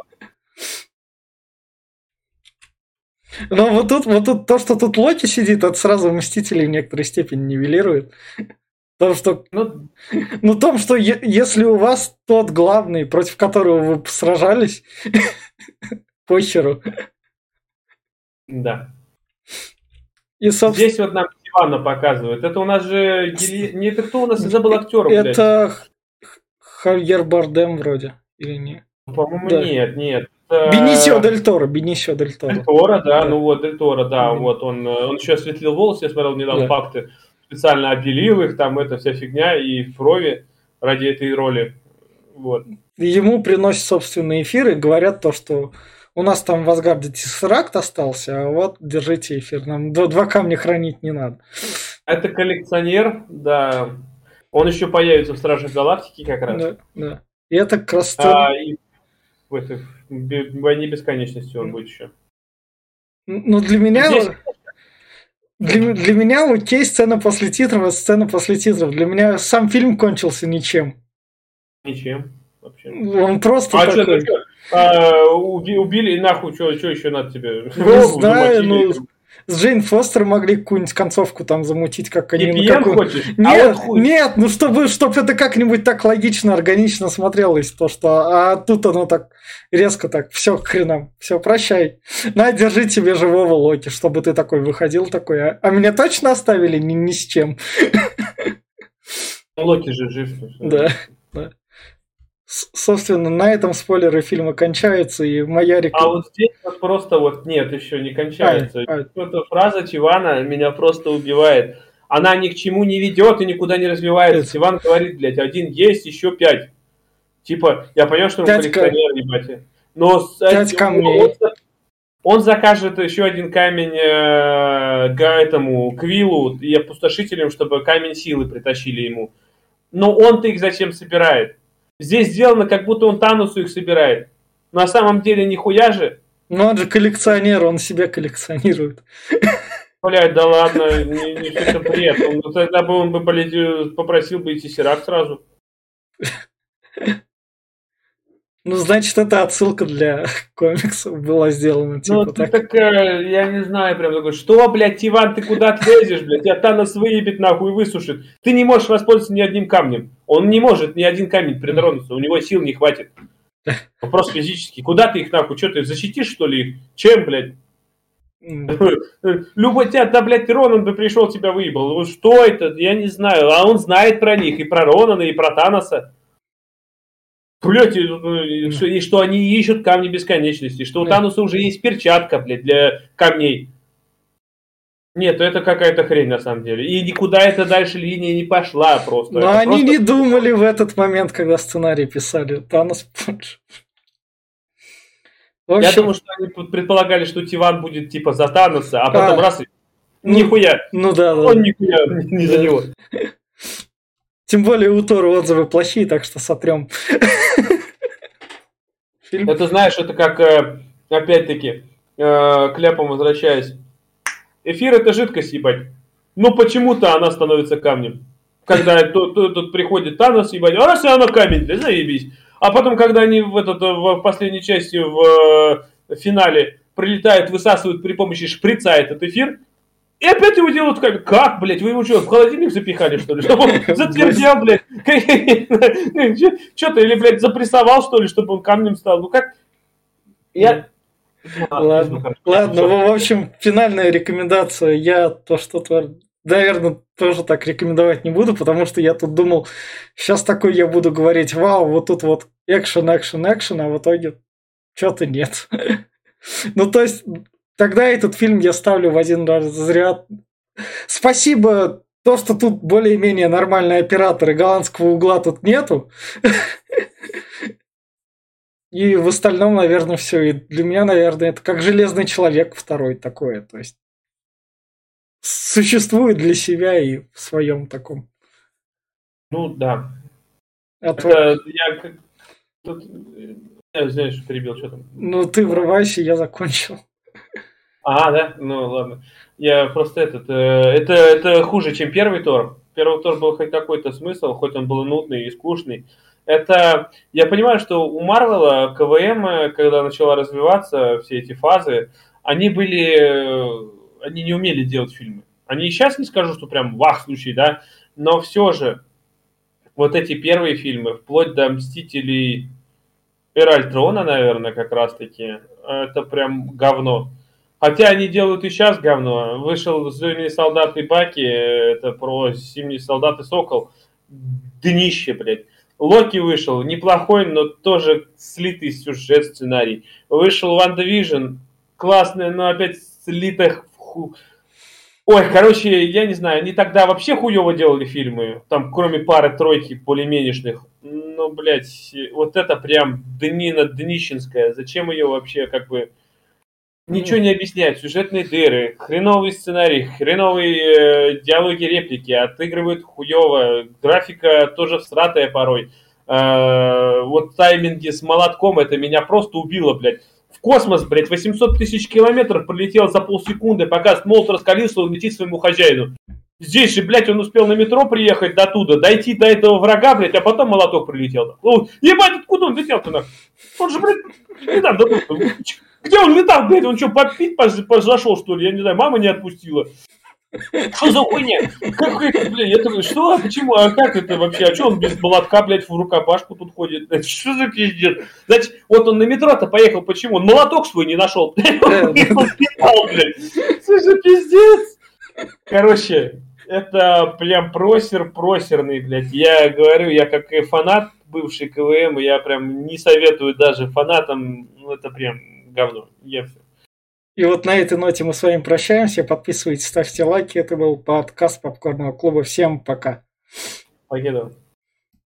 Speaker 1: Но вот тут, вот тут то, что тут Локи сидит, это сразу Мстителей в некоторой степени нивелирует. Потому что, ну, ну, том, что е- если у вас тот главный, против которого вы сражались, похеру.
Speaker 2: Да.
Speaker 1: И, собственно...
Speaker 2: Здесь вот нам Ивана показывают. Это у нас же... Не это кто у нас? Я забыл актера, блядь.
Speaker 1: Это Хавьер Бардем вроде, или не?
Speaker 2: По-моему, да. нет, нет. Это...
Speaker 1: Бенисио Дель Торо, Бенисио Дель Торо.
Speaker 2: Дель Торо, да, да, ну вот, Дель Торо, да, mm-hmm. вот он, он еще осветлил волосы, я смотрел недавно да. факты, специально обелил их, там эта вся фигня, и в крови ради этой роли, вот.
Speaker 1: Ему приносят собственные эфиры, говорят то, что у нас там в Асгарде Тессеракт остался, а вот держите эфир, нам два камня хранить не надо.
Speaker 2: Это коллекционер, да, он еще появится в Стражах Галактики как раз.
Speaker 1: Да, да. И это как раз...
Speaker 2: А, и в, этой, в Войне Бесконечности он будет еще.
Speaker 1: Ну, для меня...
Speaker 2: Здесь...
Speaker 1: Для, для меня окей, сцена после титров, сцена после титров. Для меня сам фильм кончился ничем.
Speaker 2: Ничем. Вообще.
Speaker 1: Он просто
Speaker 2: а
Speaker 1: такой...
Speaker 2: Что, а, уби, убили, и нахуй, что еще надо тебе?
Speaker 1: Не знаю, ну... С Джейн Фостер могли какую-нибудь концовку там замутить, как они...
Speaker 2: Ти-пи-эм
Speaker 1: какую...
Speaker 2: хочешь?
Speaker 1: Нет,
Speaker 2: а
Speaker 1: нет, ну чтобы, чтобы это как-нибудь так логично, органично смотрелось, то что... А тут оно так резко так, все к хренам, все, прощай. На, держи тебе живого Локи, чтобы ты такой выходил такой. А, а меня точно оставили ни, ни с чем?
Speaker 2: Локи же жив.
Speaker 1: Да, да. Собственно, на этом спойлеры фильма кончаются, и моя рекомендация...
Speaker 2: А вот здесь вот просто вот нет, еще не кончается.
Speaker 1: А, а...
Speaker 2: Эта фраза Тивана меня просто убивает. Она ни к чему не ведет и никуда не развивается. Это... Тиван говорит, блядь, один есть, еще пять. Типа, я понял, что он коллекционер, ебать. Но
Speaker 1: пять камней.
Speaker 2: Он, он закажет еще один камень э, к этому Квиллу и опустошителям, чтобы камень силы притащили ему. Но он-то их зачем собирает? Здесь сделано, как будто он Танусу их собирает. На самом деле нихуя же.
Speaker 1: Ну он же коллекционер, он себя коллекционирует.
Speaker 2: Блядь, да ладно, не, не все бред. Он, тогда бы он бы полетел, попросил бы идти Тессеракт сразу.
Speaker 1: Ну, значит, это отсылка для комиксов была сделана. Типа,
Speaker 2: ну,
Speaker 1: так.
Speaker 2: ты такая, я не знаю, прям такой, что, блядь, Тиван, ты куда лезешь, блядь? Тебя Танос выебет нахуй и высушит. Ты не можешь воспользоваться ни одним камнем. Он не может ни один камень притронуться, у него сил не хватит. Вопрос физический. Куда ты их нахуй? Что ты, защитишь, что ли, их? Чем, блядь? Любой тебя, да, блядь, Ронан бы пришел, тебя выебал. Что это? Я не знаю. А он знает про них, и про Ронана, и про Таноса. Блять, и что они ищут камни бесконечности, что у Тануса уже есть перчатка, блядь, для камней. Нет, это какая-то хрень на самом деле. И никуда это дальше линия не пошла просто.
Speaker 1: Но
Speaker 2: это
Speaker 1: они
Speaker 2: просто...
Speaker 1: не думали в этот момент, когда сценарий писали. Танос...
Speaker 2: Общем... Я думаю, что они предполагали, что Тиван будет типа за Таноса, а потом а, раз и
Speaker 1: ну,
Speaker 2: нихуя.
Speaker 1: Ну да, да.
Speaker 2: Он нихуя не за него.
Speaker 1: Тем более у Тора отзывы плохие, так что сотрем.
Speaker 2: Это знаешь, это как, опять-таки, к ляпам возвращаясь. Эфир это жидкость, ебать. Но почему-то она становится камнем. Когда тут, тут, тут приходит Танос, ебать, а раз она камень, да заебись. А потом, когда они в, этот, в последней части, в, в финале прилетают, высасывают при помощи шприца этот эфир, и опять его делают как, как, блядь, вы его что, в холодильник запихали, что ли, чтобы он затвердел, блядь, что-то, или, блядь, запрессовал, что ли, чтобы он камнем стал, ну как, я...
Speaker 1: Ладно, ладно, в общем, финальная рекомендация, я то, что, наверное, тоже так рекомендовать не буду, потому что я тут думал, сейчас такой я буду говорить, вау, вот тут вот экшен, экшен, экшен, а в итоге что-то нет. Ну, то есть... Тогда этот фильм я ставлю в один разряд. Спасибо, то, что тут более-менее нормальный оператор и голландского угла тут нету. И в остальном, наверное, все. И для меня, наверное, это как «Железный человек» второй такое. То есть существует для себя и в своем таком.
Speaker 2: Ну, да.
Speaker 1: А
Speaker 2: это то... я... Тут... я, знаешь, перебил, что там.
Speaker 1: Ну, ты врывайся, я закончил.
Speaker 2: А, да? Ну, ладно. Я просто этот... Э, это, это хуже, чем первый Тор. Первый Тор был хоть какой-то смысл, хоть он был нудный и скучный. Это... Я понимаю, что у Марвела КВМ, когда начала развиваться, все эти фазы, они были... Они не умели делать фильмы. Они и сейчас не скажу, что прям вах случай, да? Но все же, вот эти первые фильмы, вплоть до «Мстителей», «Эра Альтрона», наверное, как раз-таки, это прям говно. Хотя они делают и сейчас говно. Вышел «Зимние солдаты Баки», это про «Зимние солдаты Сокол». Днище, блядь. Локи вышел, неплохой, но тоже слитый сюжет, сценарий. Вышел «Ванда Вижн», классный, но опять слитых... Ой, короче, я не знаю, они тогда вообще хуево делали фильмы, там, кроме пары-тройки более-менешных. Ну, блядь, вот это прям днина днищенская. Зачем ее вообще, как бы... Ничего не объясняет, сюжетные дыры, хреновый сценарий, хреновые э, диалоги, реплики, отыгрывают хуево, графика тоже всратая порой. Э, вот тайминги с молотком, это меня просто убило, блядь. В космос, блядь, восемьсот тысяч километров пролетел за полсекунды, пока молот раскалился, он летит своему хозяину. Здесь же, блядь, он успел на метро приехать до туда, дойти до этого врага, блядь, а потом молоток прилетел. Ну, ебать, откуда он летел-то нахуй? Он же, блядь, не там, да, где он летал, блядь? Он что, попить зашел, что ли? Я не знаю, мама не отпустила. Что за хуйня? Как это, блядь? Я такой, что? Почему? А как это вообще? А что он без молотка, блядь, в рукопашку тут ходит? Что за пиздец? Значит, вот он на метро-то поехал, почему? Он молоток свой не нашел. Он летал, блядь. Что за пиздец? Короче, это прям просер, просерный, блядь. Я говорю, я как фанат бывший КВМ, я прям не советую даже фанатам, ну это прям говно. Я все.
Speaker 1: И вот на этой ноте мы с вами прощаемся. Подписывайтесь, ставьте лайки. Это был подкаст Попкорного клуба. Всем пока.
Speaker 2: Покидал.